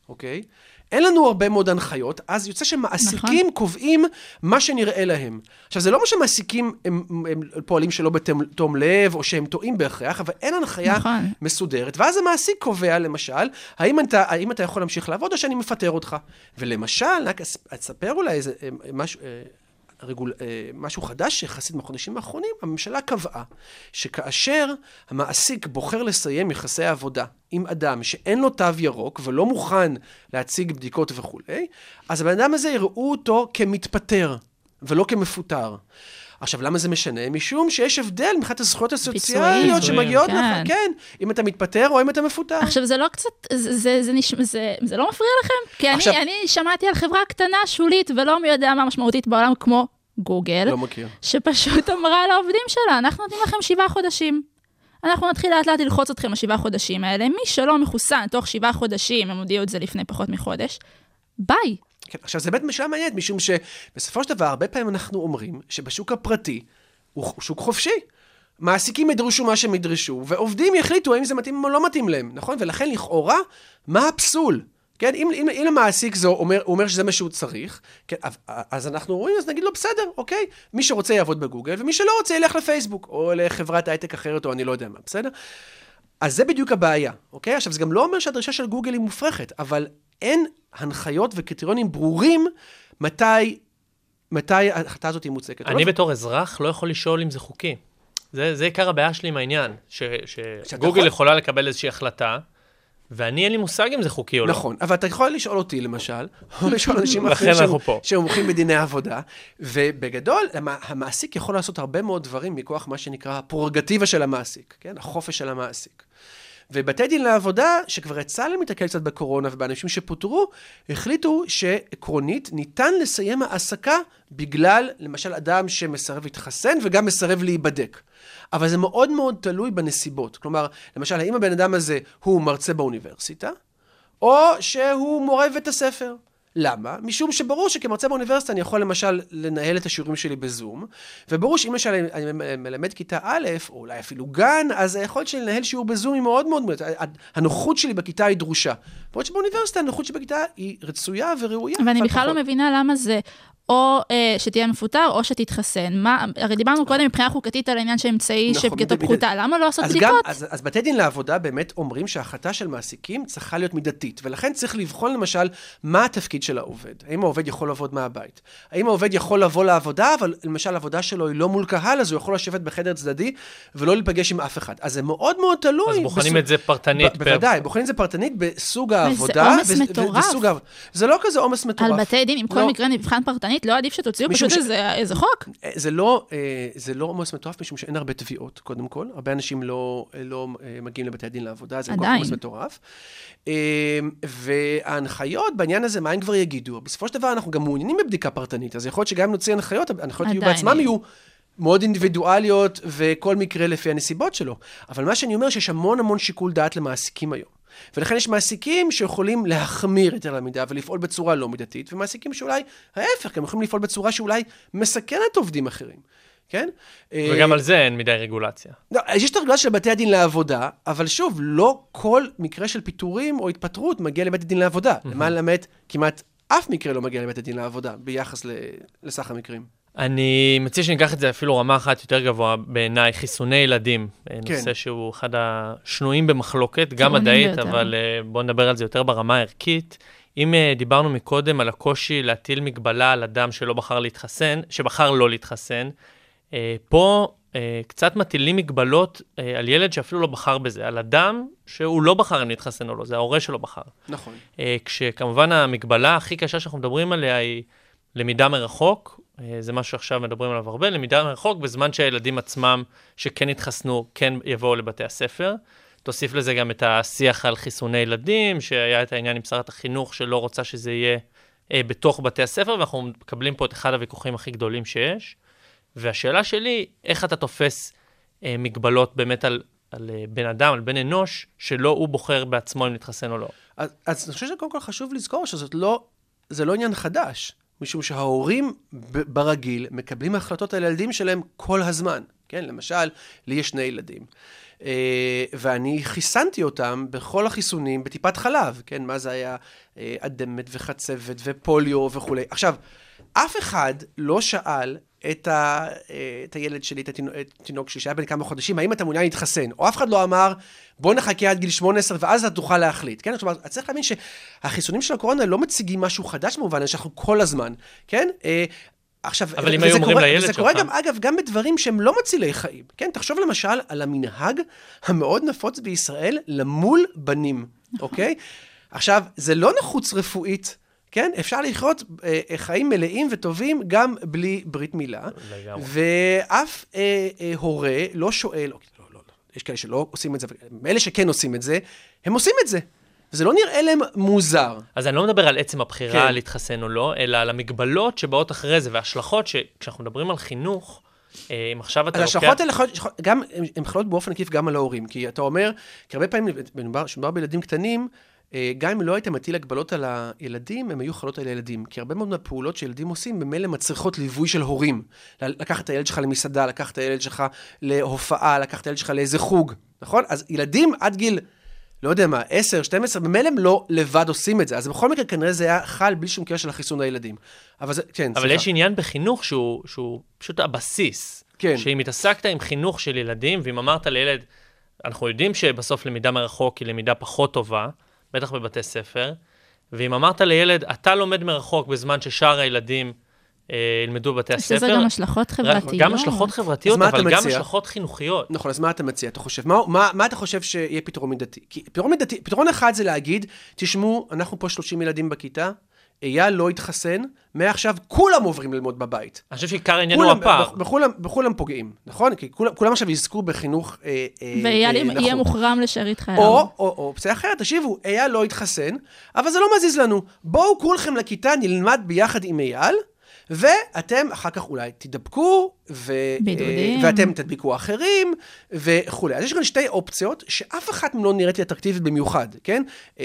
אוקיי? אין לנו הרבה מאוד הנחיות, אז יוצא שמעסיקים נכון. קובעים מה שנראה להם. עכשיו, זה לא מה שמעסיקים הם, הם, הם פועלים שלא בתום לב, או שהם טועים בהכרח, אבל אין הנחיה נכון. מסודרת. ואז המעסיק קובע, למשל, האם אתה, האם אתה יכול להמשיך לעבוד, או שאני מפטר אותך. ולמשל, רק אספר אולי איזה משהו... רגול, משהו חדש שיחסית בחודשים האחרונים, הממשלה קבעה שכאשר המעסיק בוחר לסיים יחסי העבודה עם אדם שאין לו תו ירוק ולא מוכן להציג בדיקות וכו', אז הבן אדם הזה יראו אותו כמתפטר ולא כמפוטר. עכשיו, למה זה משנה? משום שיש הבדל מבחינת הזכויות הסוציאליות שמגיעות לך, כן, אם אתה מתפטר או אם אתה מפוטר. עכשיו, זה לא קצת, זה לא מפריע לכם? כי אני שמעתי על חברה קטנה, שולית, ולא מי יודע מה משמעותית בעולם, כמו גוגל, לא מכיר. שפשוט אמרה לעובדים שלה, אנחנו נותנים לכם שבעה חודשים. אנחנו נתחיל לאט לאט ללחוץ אתכם לשבעה חודשים האלה. מי שלא מחוסן תוך שבעה חודשים, הם הודיעו את זה לפני פחות מחודש, ביי. כן, עכשיו, זה באמת משלה מעניינת, משום שבסופו של דבר, הרבה פעמים אנחנו אומרים שבשוק הפרטי הוא שוק חופשי. מעסיקים ידרשו מה שהם ידרשו, ועובדים יחליטו האם זה מתאים או לא מתאים להם, נכון? ולכן לכאורה, מה הפסול? כן, אם, אם, אם המעסיק זו אומר, אומר שזה מה שהוא צריך, כן, אז אנחנו רואים, אז נגיד לו, בסדר, אוקיי? מי שרוצה יעבוד בגוגל, ומי שלא רוצה ילך לפייסבוק, או לחברת הייטק אחרת, או אני לא יודע מה, בסדר? אז זה בדיוק הבעיה, אוקיי? עכשיו, זה גם לא אומר שהדרישה של גוגל היא מופרכת, אבל אין הנחיות וקריטריונים ברורים מתי, מתי ההחלטה הזאת היא מוצקת. אני בתור אזרח לא יכול לשאול אם זה חוקי. זה, זה עיקר הבעיה שלי עם העניין, ש, שגוגל יכולה לקבל איזושהי החלטה, ואני אין לי מושג אם זה חוקי או לא. נכון, אבל אתה יכול לשאול אותי, למשל, או לשאול אנשים אחרים שמומחים בדיני עבודה, ובגדול, המעסיק יכול לעשות הרבה מאוד דברים מכוח מה שנקרא הפררוגטיבה של המעסיק, כן? החופש של המעסיק. ובתי דין לעבודה, שכבר יצא להם להתקל קצת בקורונה, ובאנשים שפוטרו, החליטו שעקרונית ניתן לסיים העסקה בגלל, למשל, אדם שמסרב להתחסן וגם מסרב להיבדק. אבל זה מאוד מאוד תלוי בנסיבות. כלומר, למשל, האם הבן אדם הזה הוא מרצה באוניברסיטה, או שהוא מורה בבית הספר. למה? משום שברור שכמרצה באוניברסיטה אני יכול למשל לנהל את השיעורים שלי בזום, וברור שאם למשל אני מלמד כיתה א', או אולי אפילו גן, אז היכולת שלי לנהל שיעור בזום היא מאוד מאוד מאוד, הנוחות שלי בכיתה היא דרושה. ברור שבאוניברסיטה הנוחות שלי בכיתה היא רצויה וראויה. ואני בכלל לא מבינה למה זה או אה, שתהיה מפוטר, או שתתחסן. מה, הרי דיברנו קודם מבחינה חוקתית על העניין שהאמצעי נכון, שפגיעתו פחותה. למה לא לעשות אז בדיקות? גם, אז, אז בתי דין לעבודה באמת אומרים שההחלטה של מעסיקים צריכה להיות מידתית, ולכן צריך לבחון למשל מה התפקיד של העובד. האם העובד יכול לעבוד מהבית? האם העובד יכול לבוא לעבודה, אבל למשל העבודה שלו היא לא מול קהל, אז הוא יכול לשבת בחדר צדדי ולא להיפגש עם אף אחד. אז זה מאוד מאוד תלוי. אז בוחנים בסוג... את זה פרטנית. ב- בוודאי, בוחנים את זה פרטנית בסוג העבודה. זה עומס מטורף. ו- ו- זה לא כזה עומס מטורף. על בתי דין, עם כל מקרה נבחן פרטנית, לא עדיף שתוציאו פשוט איזה חוק? זה לא, זה לא עומס מטורף, משום שאין הרבה תביעות, קודם כל. הרבה אנשים לא, לא מגיעים לבתי הדין לעבודה, זה כל עומס מטורף. וההנחיות בעניין הזה, מה הם כבר יגידו? בסופו של דבר אנחנו גם מעוניינים בבדיקה פרטנית, אז יכול להיות שגם נוציא הנחיות, ההנחיות יהיו בעצמם יהיו מאוד אינדיבידואליות, וכל מקרה לפי הנסיבות שלו. אבל מה שאני אומר, שיש המון המון שיקול דעת למעסיקים היום. ולכן יש מעסיקים שיכולים להחמיר את הלמידה ולפעול בצורה לא מידתית, ומעסיקים שאולי, ההפך, הם יכולים לפעול בצורה שאולי מסכנת עובדים אחרים, כן? וגם על זה אין מדי רגולציה. לא, יש את הרגולציה של בתי הדין לעבודה, אבל שוב, לא כל מקרה של פיטורים או התפטרות מגיע לבית הדין לעבודה. למען למעט, כמעט אף מקרה לא מגיע לבית הדין לעבודה, ביחס לסך המקרים. אני מציע שניקח את זה אפילו רמה אחת יותר גבוה בעיניי, חיסוני ילדים, כן. נושא שהוא אחד השנויים במחלוקת, גם מדעית, אבל בואו נדבר על זה יותר ברמה הערכית. אם דיברנו מקודם על הקושי להטיל מגבלה על אדם שלא בחר להתחסן, שבחר לא להתחסן, פה קצת מטילים מגבלות על ילד שאפילו לא בחר בזה, על אדם שהוא לא בחר אם להתחסן או לא, זה ההורה שלו בחר. נכון. כשכמובן המגבלה הכי קשה שאנחנו מדברים עליה היא למידה מרחוק, זה משהו שעכשיו מדברים עליו הרבה, למידה מרחוק, בזמן שהילדים עצמם שכן התחסנו, כן יבואו לבתי הספר. תוסיף לזה גם את השיח על חיסוני ילדים, שהיה את העניין עם שרת החינוך, שלא רוצה שזה יהיה אה, בתוך בתי הספר, ואנחנו מקבלים פה את אחד הוויכוחים הכי גדולים שיש. והשאלה שלי, איך אתה תופס אה, מגבלות באמת על, על אה, בן אדם, על בן אנוש, שלא הוא בוחר בעצמו אם להתחסן או לא? אז, אז אני חושב שקודם כל חשוב לזכור שזאת לא, זה לא עניין חדש. משום שההורים ברגיל מקבלים החלטות על הילדים שלהם כל הזמן. כן, למשל, לי יש שני ילדים. ואני חיסנתי אותם בכל החיסונים בטיפת חלב, כן? מה זה היה? אדמת וחצבת ופוליו וכו'. עכשיו, אף אחד לא שאל את, ה, את הילד שלי, את התינוק שלי, שהיה בן כמה חודשים, האם אתה מעוניין להתחסן? או אף אחד לא אמר, בוא נחכה עד גיל שמונה עשרה, ואז אתה תוכל להחליט, כן? זאת אומרת, צריך להבין שהחיסונים של הקורונה לא מציגים משהו חדש במובן, שאנחנו כל הזמן, כן? עכשיו, אבל אם היו אומרים לילד שלך... זה קורה גם, אגב, גם בדברים שהם לא מצילי חיים, כן? תחשוב למשל על המנהג המאוד נפוץ בישראל למול בנים, אוקיי? עכשיו, זה לא נחוץ רפואית, כן? אפשר לחיות אה, חיים מלאים וטובים גם בלי ברית מילה. לגמרי. ואף אה, אה, הורה לא שואל, אוקיי, לא, לא, לא, יש כאלה שלא עושים את זה, אלה שכן עושים את זה, הם עושים את זה. וזה לא נראה להם מוזר. אז אני לא מדבר על עצם הבחירה כן. להתחסן או לא, אלא על המגבלות שבאות אחרי זה, וההשלכות שכשאנחנו מדברים על חינוך, אם עכשיו אתה לוקח... ההשלכות האלה גם, הן חלות באופן עקיף גם על ההורים, כי אתה אומר, כי הרבה פעמים, כשמדובר בילדים קטנים, גם אם לא היית מטיל הגבלות על הילדים, הם היו חלות על הילדים. כי הרבה מאוד מהפעולות שילדים עושים, במילא מצריכות ליווי של הורים. לקחת את הילד שלך למסעדה, לקחת את הילד שלך להופעה, לקחת את הילד שלך לאיזה חוג. נכון? אז ילדים עד גיל, לא יודע מה, עשר, שתים עשרה, במילא הם לא לבד עושים את זה. אז בכל מקרה כנראה זה היה חל בלי שום קשר של החיסון לילדים. אבל זה, כן, אבל יש עניין בחינוך שהוא, שהוא פשוט הבסיס. כן. שאם התעסקת עם חינוך של ילדים, ואם אמרת לילד, אנחנו יודעים שבסוף למידה מרחוק היא למידה פחות טובה, בטח בבתי ספר, ואם אמרת לילד, אתה לומד מרחוק בזמן ששאר הילדים אה, ילמדו בבתי הספר. שזה גם השלכות חברתיות. גם השלכות חברתיות, אבל גם השלכות חינוכיות. נכון, אז מה אתה מציע? אתה חושב, מה, מה, מה אתה חושב שיהיה פתרון מידתי? כי פתרון מידתי, פתרון אחד זה להגיד, תשמעו, אנחנו פה שלושים ילדים בכיתה, אייל לא התחסן, מעכשיו כולם עוברים ללמוד בבית. אני חושב שעיקר העניין הוא הפער. בכולם, בכולם פוגעים, נכון? כי כולם, כולם עכשיו יזכו בחינוך אה, ואייל אה, יהיה מוחרם לשארית חייו. או, או, או, אופציה אחרת, תשיבו, אייל לא התחסן, אבל זה לא מזיז לנו. בואו כולכם לכיתה, נלמד ביחד עם אייל, ואתם אחר כך אולי תדבקו, ו... ואתם תדביקו אחרים, וכו'. אז יש כאן שתי אופציות, שאף אחת לא נראית לי אטרקטיבית במיוחד, כן?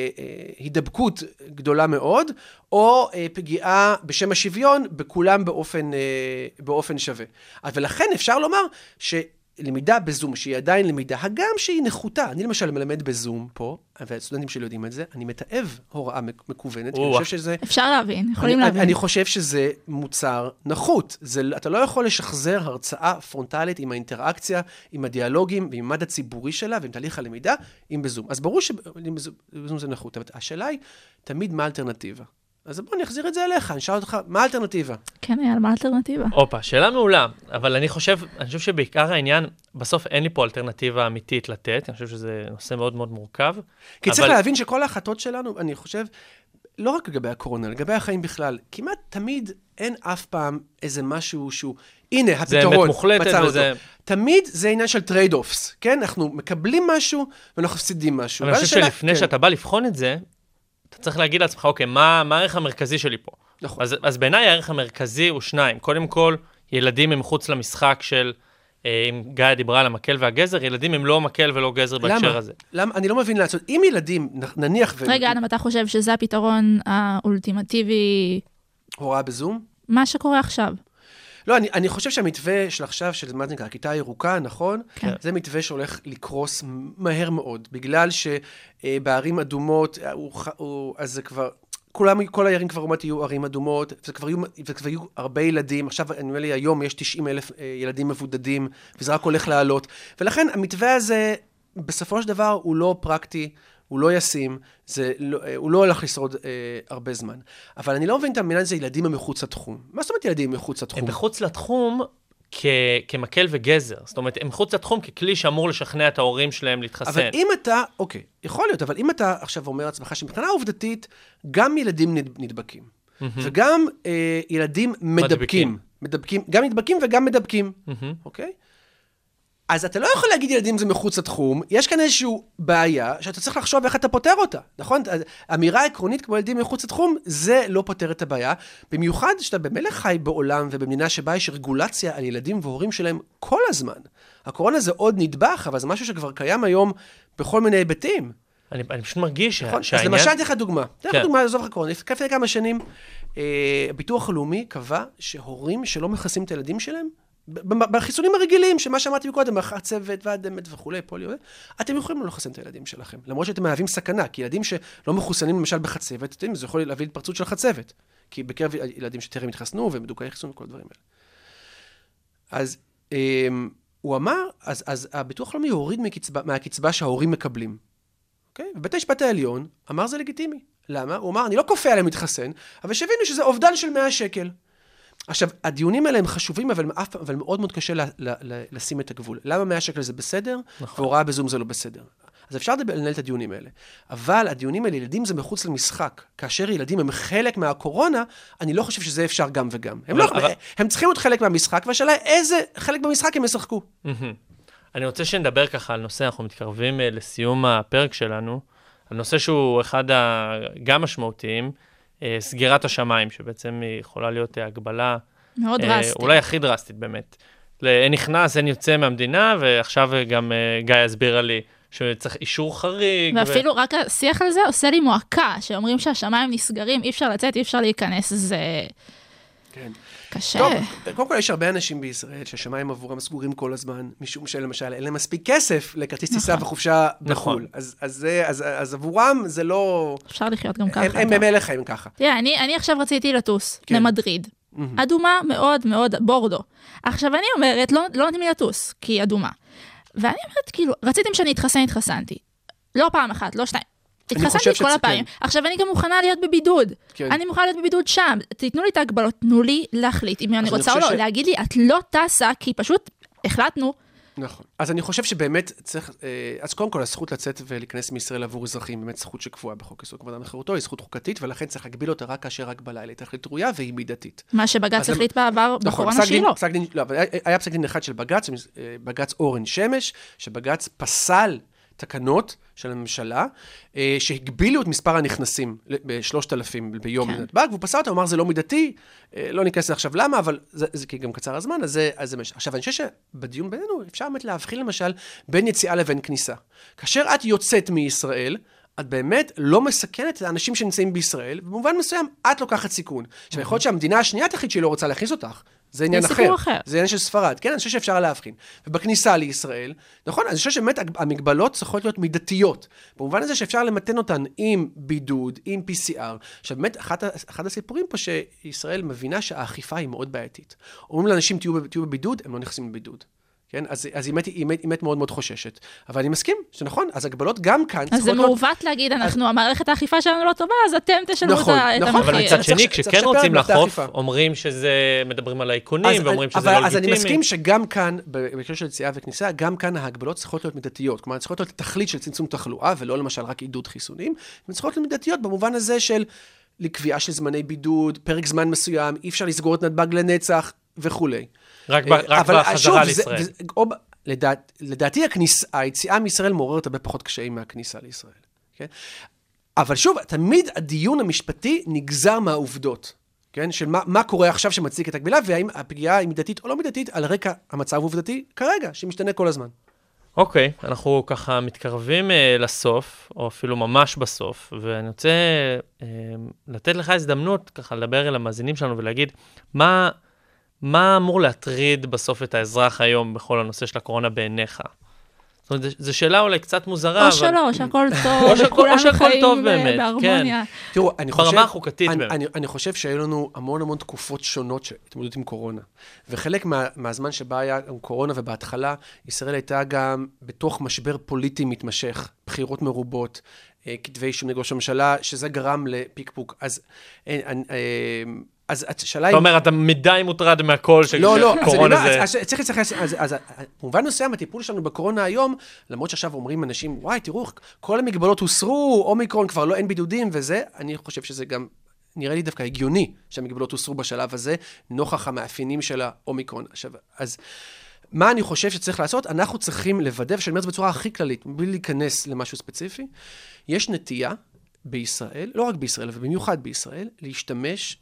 הידבקות גדולה מאוד, או פגיעה בשם השוויון, בכולם באופן, באופן שווה. ולכן אפשר לומר ש... למידה בזום, שהיא עדיין למידה, הגם שהיא נחותה. אני למשל מלמד בזום פה, והסטודנטים שלי יודעים את זה, אני מתאהב הוראה מקוונת, כי אני חושב שזה... אפשר להבין, יכולים אני, להבין. אני חושב שזה מוצר נחות. זה, אתה לא יכול לשחזר הרצאה פרונטלית עם האינטראקציה, עם הדיאלוגים, ועם המד הציבורי שלה, ועם תהליך הלמידה, עם בזום. אז ברור שבזום זה נחות. אבל השאלה היא, תמיד מה האלטרנטיבה? אז בוא נחזיר את זה אליך, אני שאל אותך, מה האלטרנטיבה? כן, היה, מה האלטרנטיבה? אופה, שאלה מעולה, אבל אני חושב, אני חושב שבעיקר העניין, בסוף אין לי פה אלטרנטיבה אמיתית לתת, אני חושב שזה נושא מאוד מאוד מורכב. כי אבל... צריך להבין שכל ההחלטות שלנו, אני חושב, לא רק לגבי הקורונה, לגבי החיים בכלל, כמעט תמיד אין אף פעם איזה משהו שהוא, הנה, הפתרון, זה אמת מוחלטת וזה... תמיד זה עניין של טרייד-אופס, כן? אנחנו מקבלים משהו ואנחנו מפסידים משהו. אבל אני חושב שלפני כן. שאתה בא לבחון את זה, אתה צריך להגיד לעצמך, אוקיי, מה, מה הערך המרכזי שלי פה? נכון. אז, אז בעיניי הערך המרכזי הוא שניים. קודם כל, ילדים הם מחוץ למשחק של, אה, אם גיא דיברה על המקל והגזר, ילדים הם לא מקל ולא גזר בהקשר למה? הזה. למה? אני לא מבין לעשות. אם ילדים, נניח... רגע, אדם, אתה חושב שזה הפתרון האולטימטיבי? הוראה בזום? מה שקורה עכשיו. לא, אני, אני חושב שהמתווה של עכשיו, של מה זה נקרא, הכיתה הירוקה, נכון? כן. זה מתווה שהולך לקרוס מהר מאוד, בגלל שבערים אדומות, הוא, הוא, אז זה כבר, כולם, כל הערים כבר אומרת יהיו ערים אדומות, וזה כבר יהיו, וכבר יהיו הרבה ילדים, עכשיו, אני אומר לי, היום יש תשעים אלף ילדים מבודדים, וזה רק הולך לעלות, ולכן המתווה הזה, בסופו של דבר, הוא לא פרקטי, הוא לא ישים, זה לא, הוא לא הולך לשרוד אה, הרבה זמן. אבל אני לא מבין את המילה הזה, ילדים הם מחוץ לתחום. מה זאת אומרת ילדים מחוץ לתחום? הם מחוץ לתחום כ- כמקל וגזר. זאת אומרת, הם מחוץ לתחום ככלי שאמור לשכנע את ההורים שלהם להתחסן. אבל אם אתה, אוקיי, יכול להיות, אבל אם אתה עכשיו אומר לעצמך שמבחינה עובדתית, גם ילדים נדבקים. Mm-hmm. וגם אה, ילדים מדבקים. מדבקים. מדבקים. גם נדבקים וגם מדבקים. Mm-hmm. אוקיי? אז אתה לא יכול להגיד ילדים זה מחוץ לתחום, יש כאן איזושהי בעיה שאתה צריך לחשוב איך אתה פותר אותה, נכון? אמירה עקרונית כמו ילדים מחוץ לתחום, זה לא פותר את הבעיה, במיוחד שאתה במילא חי בעולם ובמדינה שבה יש רגולציה על ילדים והורים שלהם כל הזמן. הקורונה זה עוד נדבך, אבל זה משהו שכבר קיים היום בכל מיני היבטים. אני, אני פשוט מרגיש נכון? שהעניין... אז למשל, תלך דוגמה. תלך כן. דוגמה, עזוב לך קורונה. לפני כמה שנים, אה, הביטוח הלאומי קבע שהורים שלא מכסים את הילדים שלהם, בחיסונים הרגילים, שמה שאמרתי קודם, החצבת והדמת וכולי, פוליו, אתם יכולים לא לחסן את הילדים שלכם, למרות שאתם מהווים סכנה, כי ילדים שלא מחוסנים למשל בחצבת, אתם, זה יכול להביא להתפרצות של חצבת, כי בקרב ילדים שטרם התחסנו ומדוכאי חיסון וכל הדברים האלה. אז הוא אמר, אז, אז הביטוח הלאומי יוריד מקצבה, מהקצבה שההורים מקבלים. אוקיי? ובית המשפט העליון אמר זה לגיטימי. למה? הוא אמר, אני לא כופה עליהם להתחסן, אבל שהבינו שזה אובדן של מאה שקל. עכשיו, הדיונים האלה הם חשובים, אבל, אבל מאוד מאוד קשה ל, ל, ל, לשים את הגבול. למה מאה שקל זה בסדר? נכון. והוראה בזום זה לא בסדר. אז אפשר לנהל את הדיונים האלה. אבל הדיונים האלה, ילדים זה מחוץ למשחק. כאשר ילדים הם חלק מהקורונה, אני לא חושב שזה אפשר גם וגם. הם, אבל, לא, אבל... הם צריכים להיות חלק מהמשחק, והשאלה איזה חלק במשחק הם ישחקו. אני רוצה שנדבר ככה על נושא, אנחנו מתקרבים לסיום הפרק שלנו, על נושא שהוא אחד גם משמעותיים, סגירת השמיים, שבעצם היא יכולה להיות הגבלה, מאוד דרסטית. אולי הכי דרסטית באמת. אין נכנס, אין יוצא מהמדינה, ועכשיו גם גיא הסבירה לי שצריך אישור חריג. ואפילו ו... רק השיח על זה עושה לי מועקה, שאומרים שהשמיים נסגרים, אי אפשר לצאת, אי אפשר להיכנס, זה כן. קשה. טוב, קודם כל יש הרבה אנשים בישראל שהשמיים עבורם סגורים כל הזמן, משום שלמשל אין להם מספיק כסף לכרטיס טיסה וחופשה בחו"ל. אז, אז, אז, אז עבורם זה לא... אפשר לחיות גם ככה. הם, הם במילא חיים ככה. תראה, אני, אני עכשיו רציתי לטוס כן. למדריד. Mm-hmm. אדומה מאוד מאוד, בורדו. עכשיו אני אומרת, לא, לא נותנים לי לטוס, כי היא אדומה. ואני אומרת, כאילו, רציתם שאני אתחסן, התחסנתי. לא פעם אחת, לא שתיים. התחסנתי כל הפעמים. עכשיו, אני גם מוכנה להיות בבידוד. אני מוכנה להיות בבידוד שם. תיתנו לי את ההגבלות, תנו לי להחליט אם אני רוצה או לא. להגיד לי, את לא טסה, כי פשוט החלטנו. נכון. אז אני חושב שבאמת צריך, אז קודם כל, הזכות לצאת ולהיכנס מישראל עבור אזרחים, באמת זכות שקבועה בחוק יסוד כבוד האדם וחירותו, היא זכות חוקתית, ולכן צריך להגביל אותה רק כאשר הגבלה היא תכלית ראויה והיא מידתית. מה שבג"ץ החליט בעבר בקורונה שהיא לא. לא, אבל היה פסק דין אחד של בג"ץ, בג"ץ אורן שמש, שבג"ץ פסל תקנות של הממשלה, שהגבילו את מספר הנכנסים ב-שלושת אלפים ביום לנתב"ג, והוא פסל אותה, הוא אמר, זה לא מידתי, לא ניכנס עכשיו למה, אבל זה כי גם קצר הזמן, אז זה משהו. עכשיו, אני חושב שבדיון בינינו, אפשר באמת להבחין למשל בין יציאה לבין כניסה. כאשר את יוצאת מישראל, את באמת לא מסכנת את האנשים שנמצאים בישראל, ובמובן מסוים, את לוקחת סיכון. עכשיו, יכול להיות שהמדינה השנייה תחליט שהיא לא רוצה להכניס אותך. זה עניין אחר. אחר. זה עניין של ספרד. כן, אני חושב שאפשר להבחין. ובכניסה לישראל, נכון, אני חושב שבאמת המגבלות צריכות להיות מידתיות. במובן הזה שאפשר למתן אותן עם בידוד, עם פי סי אר. עכשיו, באמת, אחד, אחד הסיפורים פה שישראל מבינה שהאכיפה היא מאוד בעייתית. אומרים לאנשים, תהיו, תהיו בבידוד, הם לא נכנסים לבידוד. כן? אז, אז היא, היא, היא, היא מאוד מאוד חוששת. אבל אני מסכים שנכון, אז הגבלות גם כאן... אז זה מעוות להגיד, אנחנו, המערכת האכיפה שלנו לא טובה, אז אתם תשלמו את המחיר. אבל מצד שני, כשכן רוצים לחוף, אומרים שזה, מדברים על האיכונים, ואומרים שזה לא לגיטימי. אז אני מסכים שגם כאן, במקרה של יציאה וכניסה, גם כאן ההגבלות צריכות להיות מידתיות. כלומר, צריכות להיות תכלית של צמצום תחלואה, ולא למשל רק עידוד חיסונים, הן צריכות להיות מידתיות במובן הזה של לקביעה של זמני בידוד, פרק זמן מסוים, אי אפשר לסגור את נתב"ג לנצח וכולי. רק בחזרה לישראל. לדעת, לדעתי הכניסה, היציאה מישראל מעוררת הרבה פחות קשיים מהכניסה לישראל. כן? אבל שוב, תמיד הדיון המשפטי נגזר מהעובדות. כן? של מה, מה קורה עכשיו שמציג את הגבילה, והאם הפגיעה היא מידתית או לא מידתית, על רקע המצב העובדתי כרגע, שמשתנה כל הזמן. אוקיי, okay, אנחנו ככה מתקרבים uh, לסוף, או אפילו ממש בסוף, ואני רוצה uh, לתת לך הזדמנות ככה לדבר אל המאזינים שלנו ולהגיד, מה... מה אמור להטריד בסוף את האזרח היום בכל הנושא של הקורונה בעיניך? זאת אומרת, זו שאלה אולי קצת מוזרה, או אבל... שלא, שהכל טוב, וכולנו חיים בהרמוניה. תראו, אני חושב... ברמה החוקתית באמת. אני, אני חושב שהיו לנו המון המון תקופות שונות שהתמודדות עם קורונה. וחלק מה, מהזמן שבה היה קורונה ובהתחלה, ישראל הייתה גם בתוך משבר פוליטי מתמשך, בחירות מרובות, כתבי אישום נגד ראש הממשלה, שזה גרם לפיקפוק. אז... אז השאלה... אתה אומר, אתה מדי מוטרד מהכל שקורונה זה... אז צריך לצחק, אז במובן מסוים, הטיפול שלנו בקורונה היום, למרות שעכשיו אומרים אנשים, וואי, תראו, כל המגבלות הוסרו, אומיקרון כבר לא, אין בידודים וזה, אני חושב שזה גם, נראה לי דווקא הגיוני שהמגבלות הוסרו בשלב הזה, נוכח המאפיינים של האומיקרון. עכשיו, אז מה אני חושב שצריך לעשות? אנחנו צריכים לוודא, ושאני אומר את זה בצורה הכי כללית, בלי להיכנס למשהו ספציפי, יש נטייה בישראל, לא רק בישראל, אבל במיוחד בישראל, להשתמש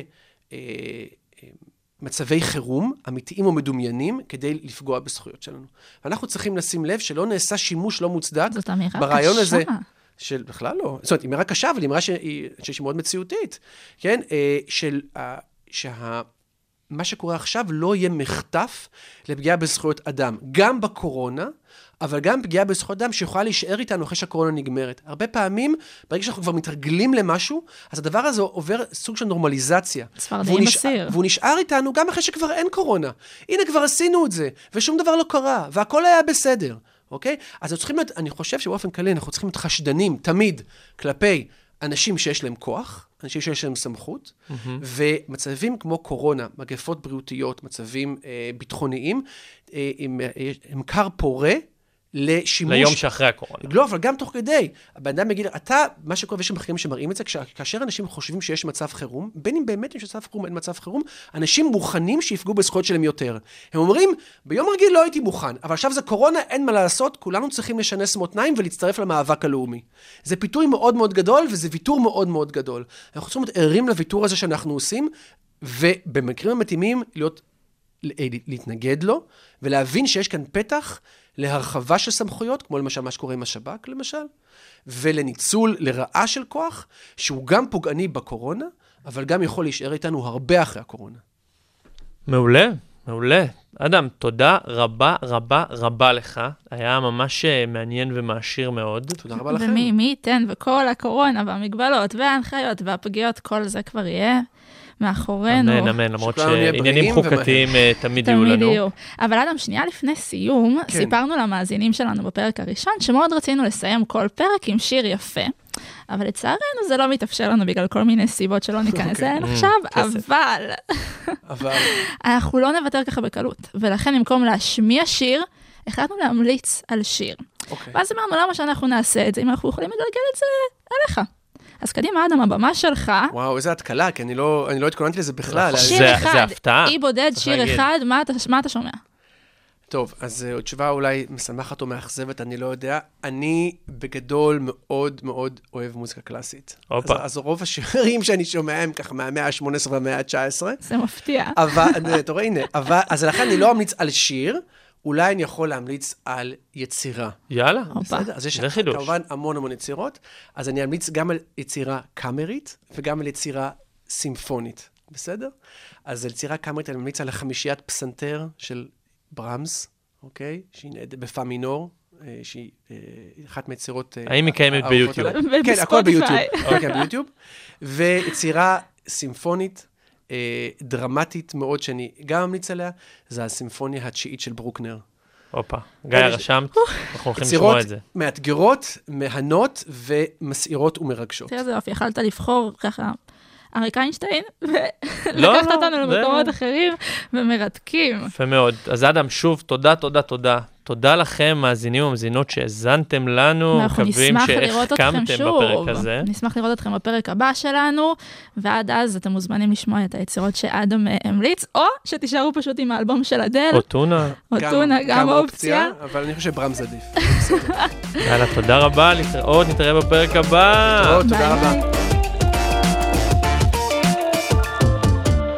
במצבי חירום אמיתיים או מדומיינים כדי לפגוע בזכויות שלנו. ואנחנו צריכים לשים לב שלא נעשה שימוש לא מוצדק ברעיון הזה. של, בכלל לא. זאת אומרת, היא אמירה קשה, אבל היא אמירה שהיא מאוד מציאותית. כן? של, שה... מה שקורה עכשיו לא יהיה מחטף לפגיעה בזכויות אדם. גם בקורונה, אבל גם פגיעה בזכויות אדם שיכולה להישאר איתנו אחרי שהקורונה נגמרת. הרבה פעמים, ברגע שאנחנו כבר מתרגלים למשהו, אז הדבר הזה עובר סוג של נורמליזציה. צפרדעים בסיר. והוא נשאר איתנו גם אחרי שכבר אין קורונה. הנה, כבר עשינו את זה, ושום דבר לא קרה, והכל היה בסדר. אוקיי? אז צריכים, אני חושב שבאופן כללי אנחנו צריכים להיות חשדנים תמיד כלפי אנשים שיש להם כוח, אנשים שיש להם סמכות, mm-hmm. ומצבים כמו קורונה, מגפות בריאותיות, מצבים אה, ביטחוניים, אה, הם, אה, הם קר פורה לשימוש... ליום שאחרי הקורונה. לא, אבל גם תוך כדי. הבן אדם יגיד, אתה, מה שקורה, ויש מחקרים שמראים את זה, כאשר אנשים חושבים שיש מצב חירום, בין אם באמת יש מצב חירום, אין מצב חירום, אנשים מוכנים שיפגעו בזכויות שלהם יותר. הם אומרים, ביום רגיל לא הייתי מוכן, אבל עכשיו זה קורונה, אין מה לעשות, כולנו צריכים לשנס מותניים ולהצטרף למאבק הלאומי. זה פיתוי מאוד מאוד גדול, וזה ויתור מאוד מאוד גדול. אנחנו צריכים להיות ערים לוויתור הזה שאנחנו עושים, ובמקרים המתאימים להיות, להתנגד לו, ולהבין שיש כאן פתח להרחבה של סמכויות, כמו למשל מה שקורה עם השב"כ, למשל, ולניצול לרעה של כוח, שהוא גם פוגעני בקורונה, אבל גם יכול להישאר איתנו הרבה אחרי הקורונה. מעולה, מעולה. אדם, תודה רבה רבה רבה לך. היה ממש מעניין ומעשיר מאוד. תודה רבה לכם. ומי מי ייתן, וכל הקורונה והמגבלות וההנחיות והפגיעות, כל זה כבר יהיה מאחורינו. אמן, אמן, למרות שעניינים חוקתיים תמיד יהיו לנו. תמיד יהיו. אבל אדם, שנייה לפני סיום, סיפרנו למאזינים שלנו בפרק הראשון, שמאוד רצינו לסיים כל פרק עם שיר יפה. אבל לצערנו זה לא מתאפשר לנו בגלל כל מיני סיבות שלא ניכנס אליהן עכשיו, אבל... אבל... אנחנו לא נוותר ככה בקלות, ולכן במקום להשמיע שיר, החלטנו להמליץ על שיר. ואז אמרנו, למה שאנחנו נעשה את זה, אם אנחנו יכולים לגלגל את זה עליך. אז קדימה, אדם, הבמה שלך. וואו, איזה התקלה, כי אני לא, אני לא התכוננתי לזה בכלל. שיר אחד, אי בודד, שיר אחד, מה אתה, מה אתה שומע? טוב, אז עוד תשובה אולי משמחת או מאכזבת, אני לא יודע. אני בגדול מאוד מאוד אוהב מוזיקה קלאסית. אז, אז רוב השירים שאני שומע הם ככה מהמאה ה-שמונה עשרה והמאה ה-תשע עשרה. זה מפתיע. אבל, אתה רואה, הנה, אבל, אז לכן אני לא אמליץ על שיר, אולי אני יכול להמליץ על יצירה. יאללה, בסדר? אז יש כמובן המון המון יצירות, אז אני אמליץ גם על יצירה קאמרית, וגם על יצירה סימפונית, בסדר? אז על יצירה קאמרית אני ממליץ על החמישיית פסנתר של ברמס, אוקיי? שהיא בפא מינור, שהיא אחת מיצירות... האם היא קיימת ביוטיוב? כן, הכל ביוטיוב. אוקיי, ביוטיוב. ויצירה סימפונית, דרמטית מאוד, שאני גם ממליץ עליה, זה הסימפוניה התשיעית של ברוקנר. הופה, גיא רשמת, אנחנו הולכים לשמוע את זה. יצירות מאתגרות, מהנות ומסעירות ומרגשות. תראה, זה יופי, יכלת לבחור ככה... אריק איינשטיין, ולקחת אותנו למקומות אחרים, ומרתקים. יפה מאוד. אז אדם, שוב, תודה, תודה, תודה. תודה לכם, מאזינים ומאזינות, שהזנתם לנו, מקווים שהחכמתם בפרק הזה. נשמח לראות אתכם בפרק הבא שלנו, ועד אז אתם מוזמנים לשמוע את היצירות שאדם המליץ, או שתישארו פשוט עם האלבום של אדל. או טונה. או טונה, גם אופציה. אבל אני חושב שברמס עדיף. יאללה, תודה רבה, להתראות, נתראה בפרק הבא. תודה רבה.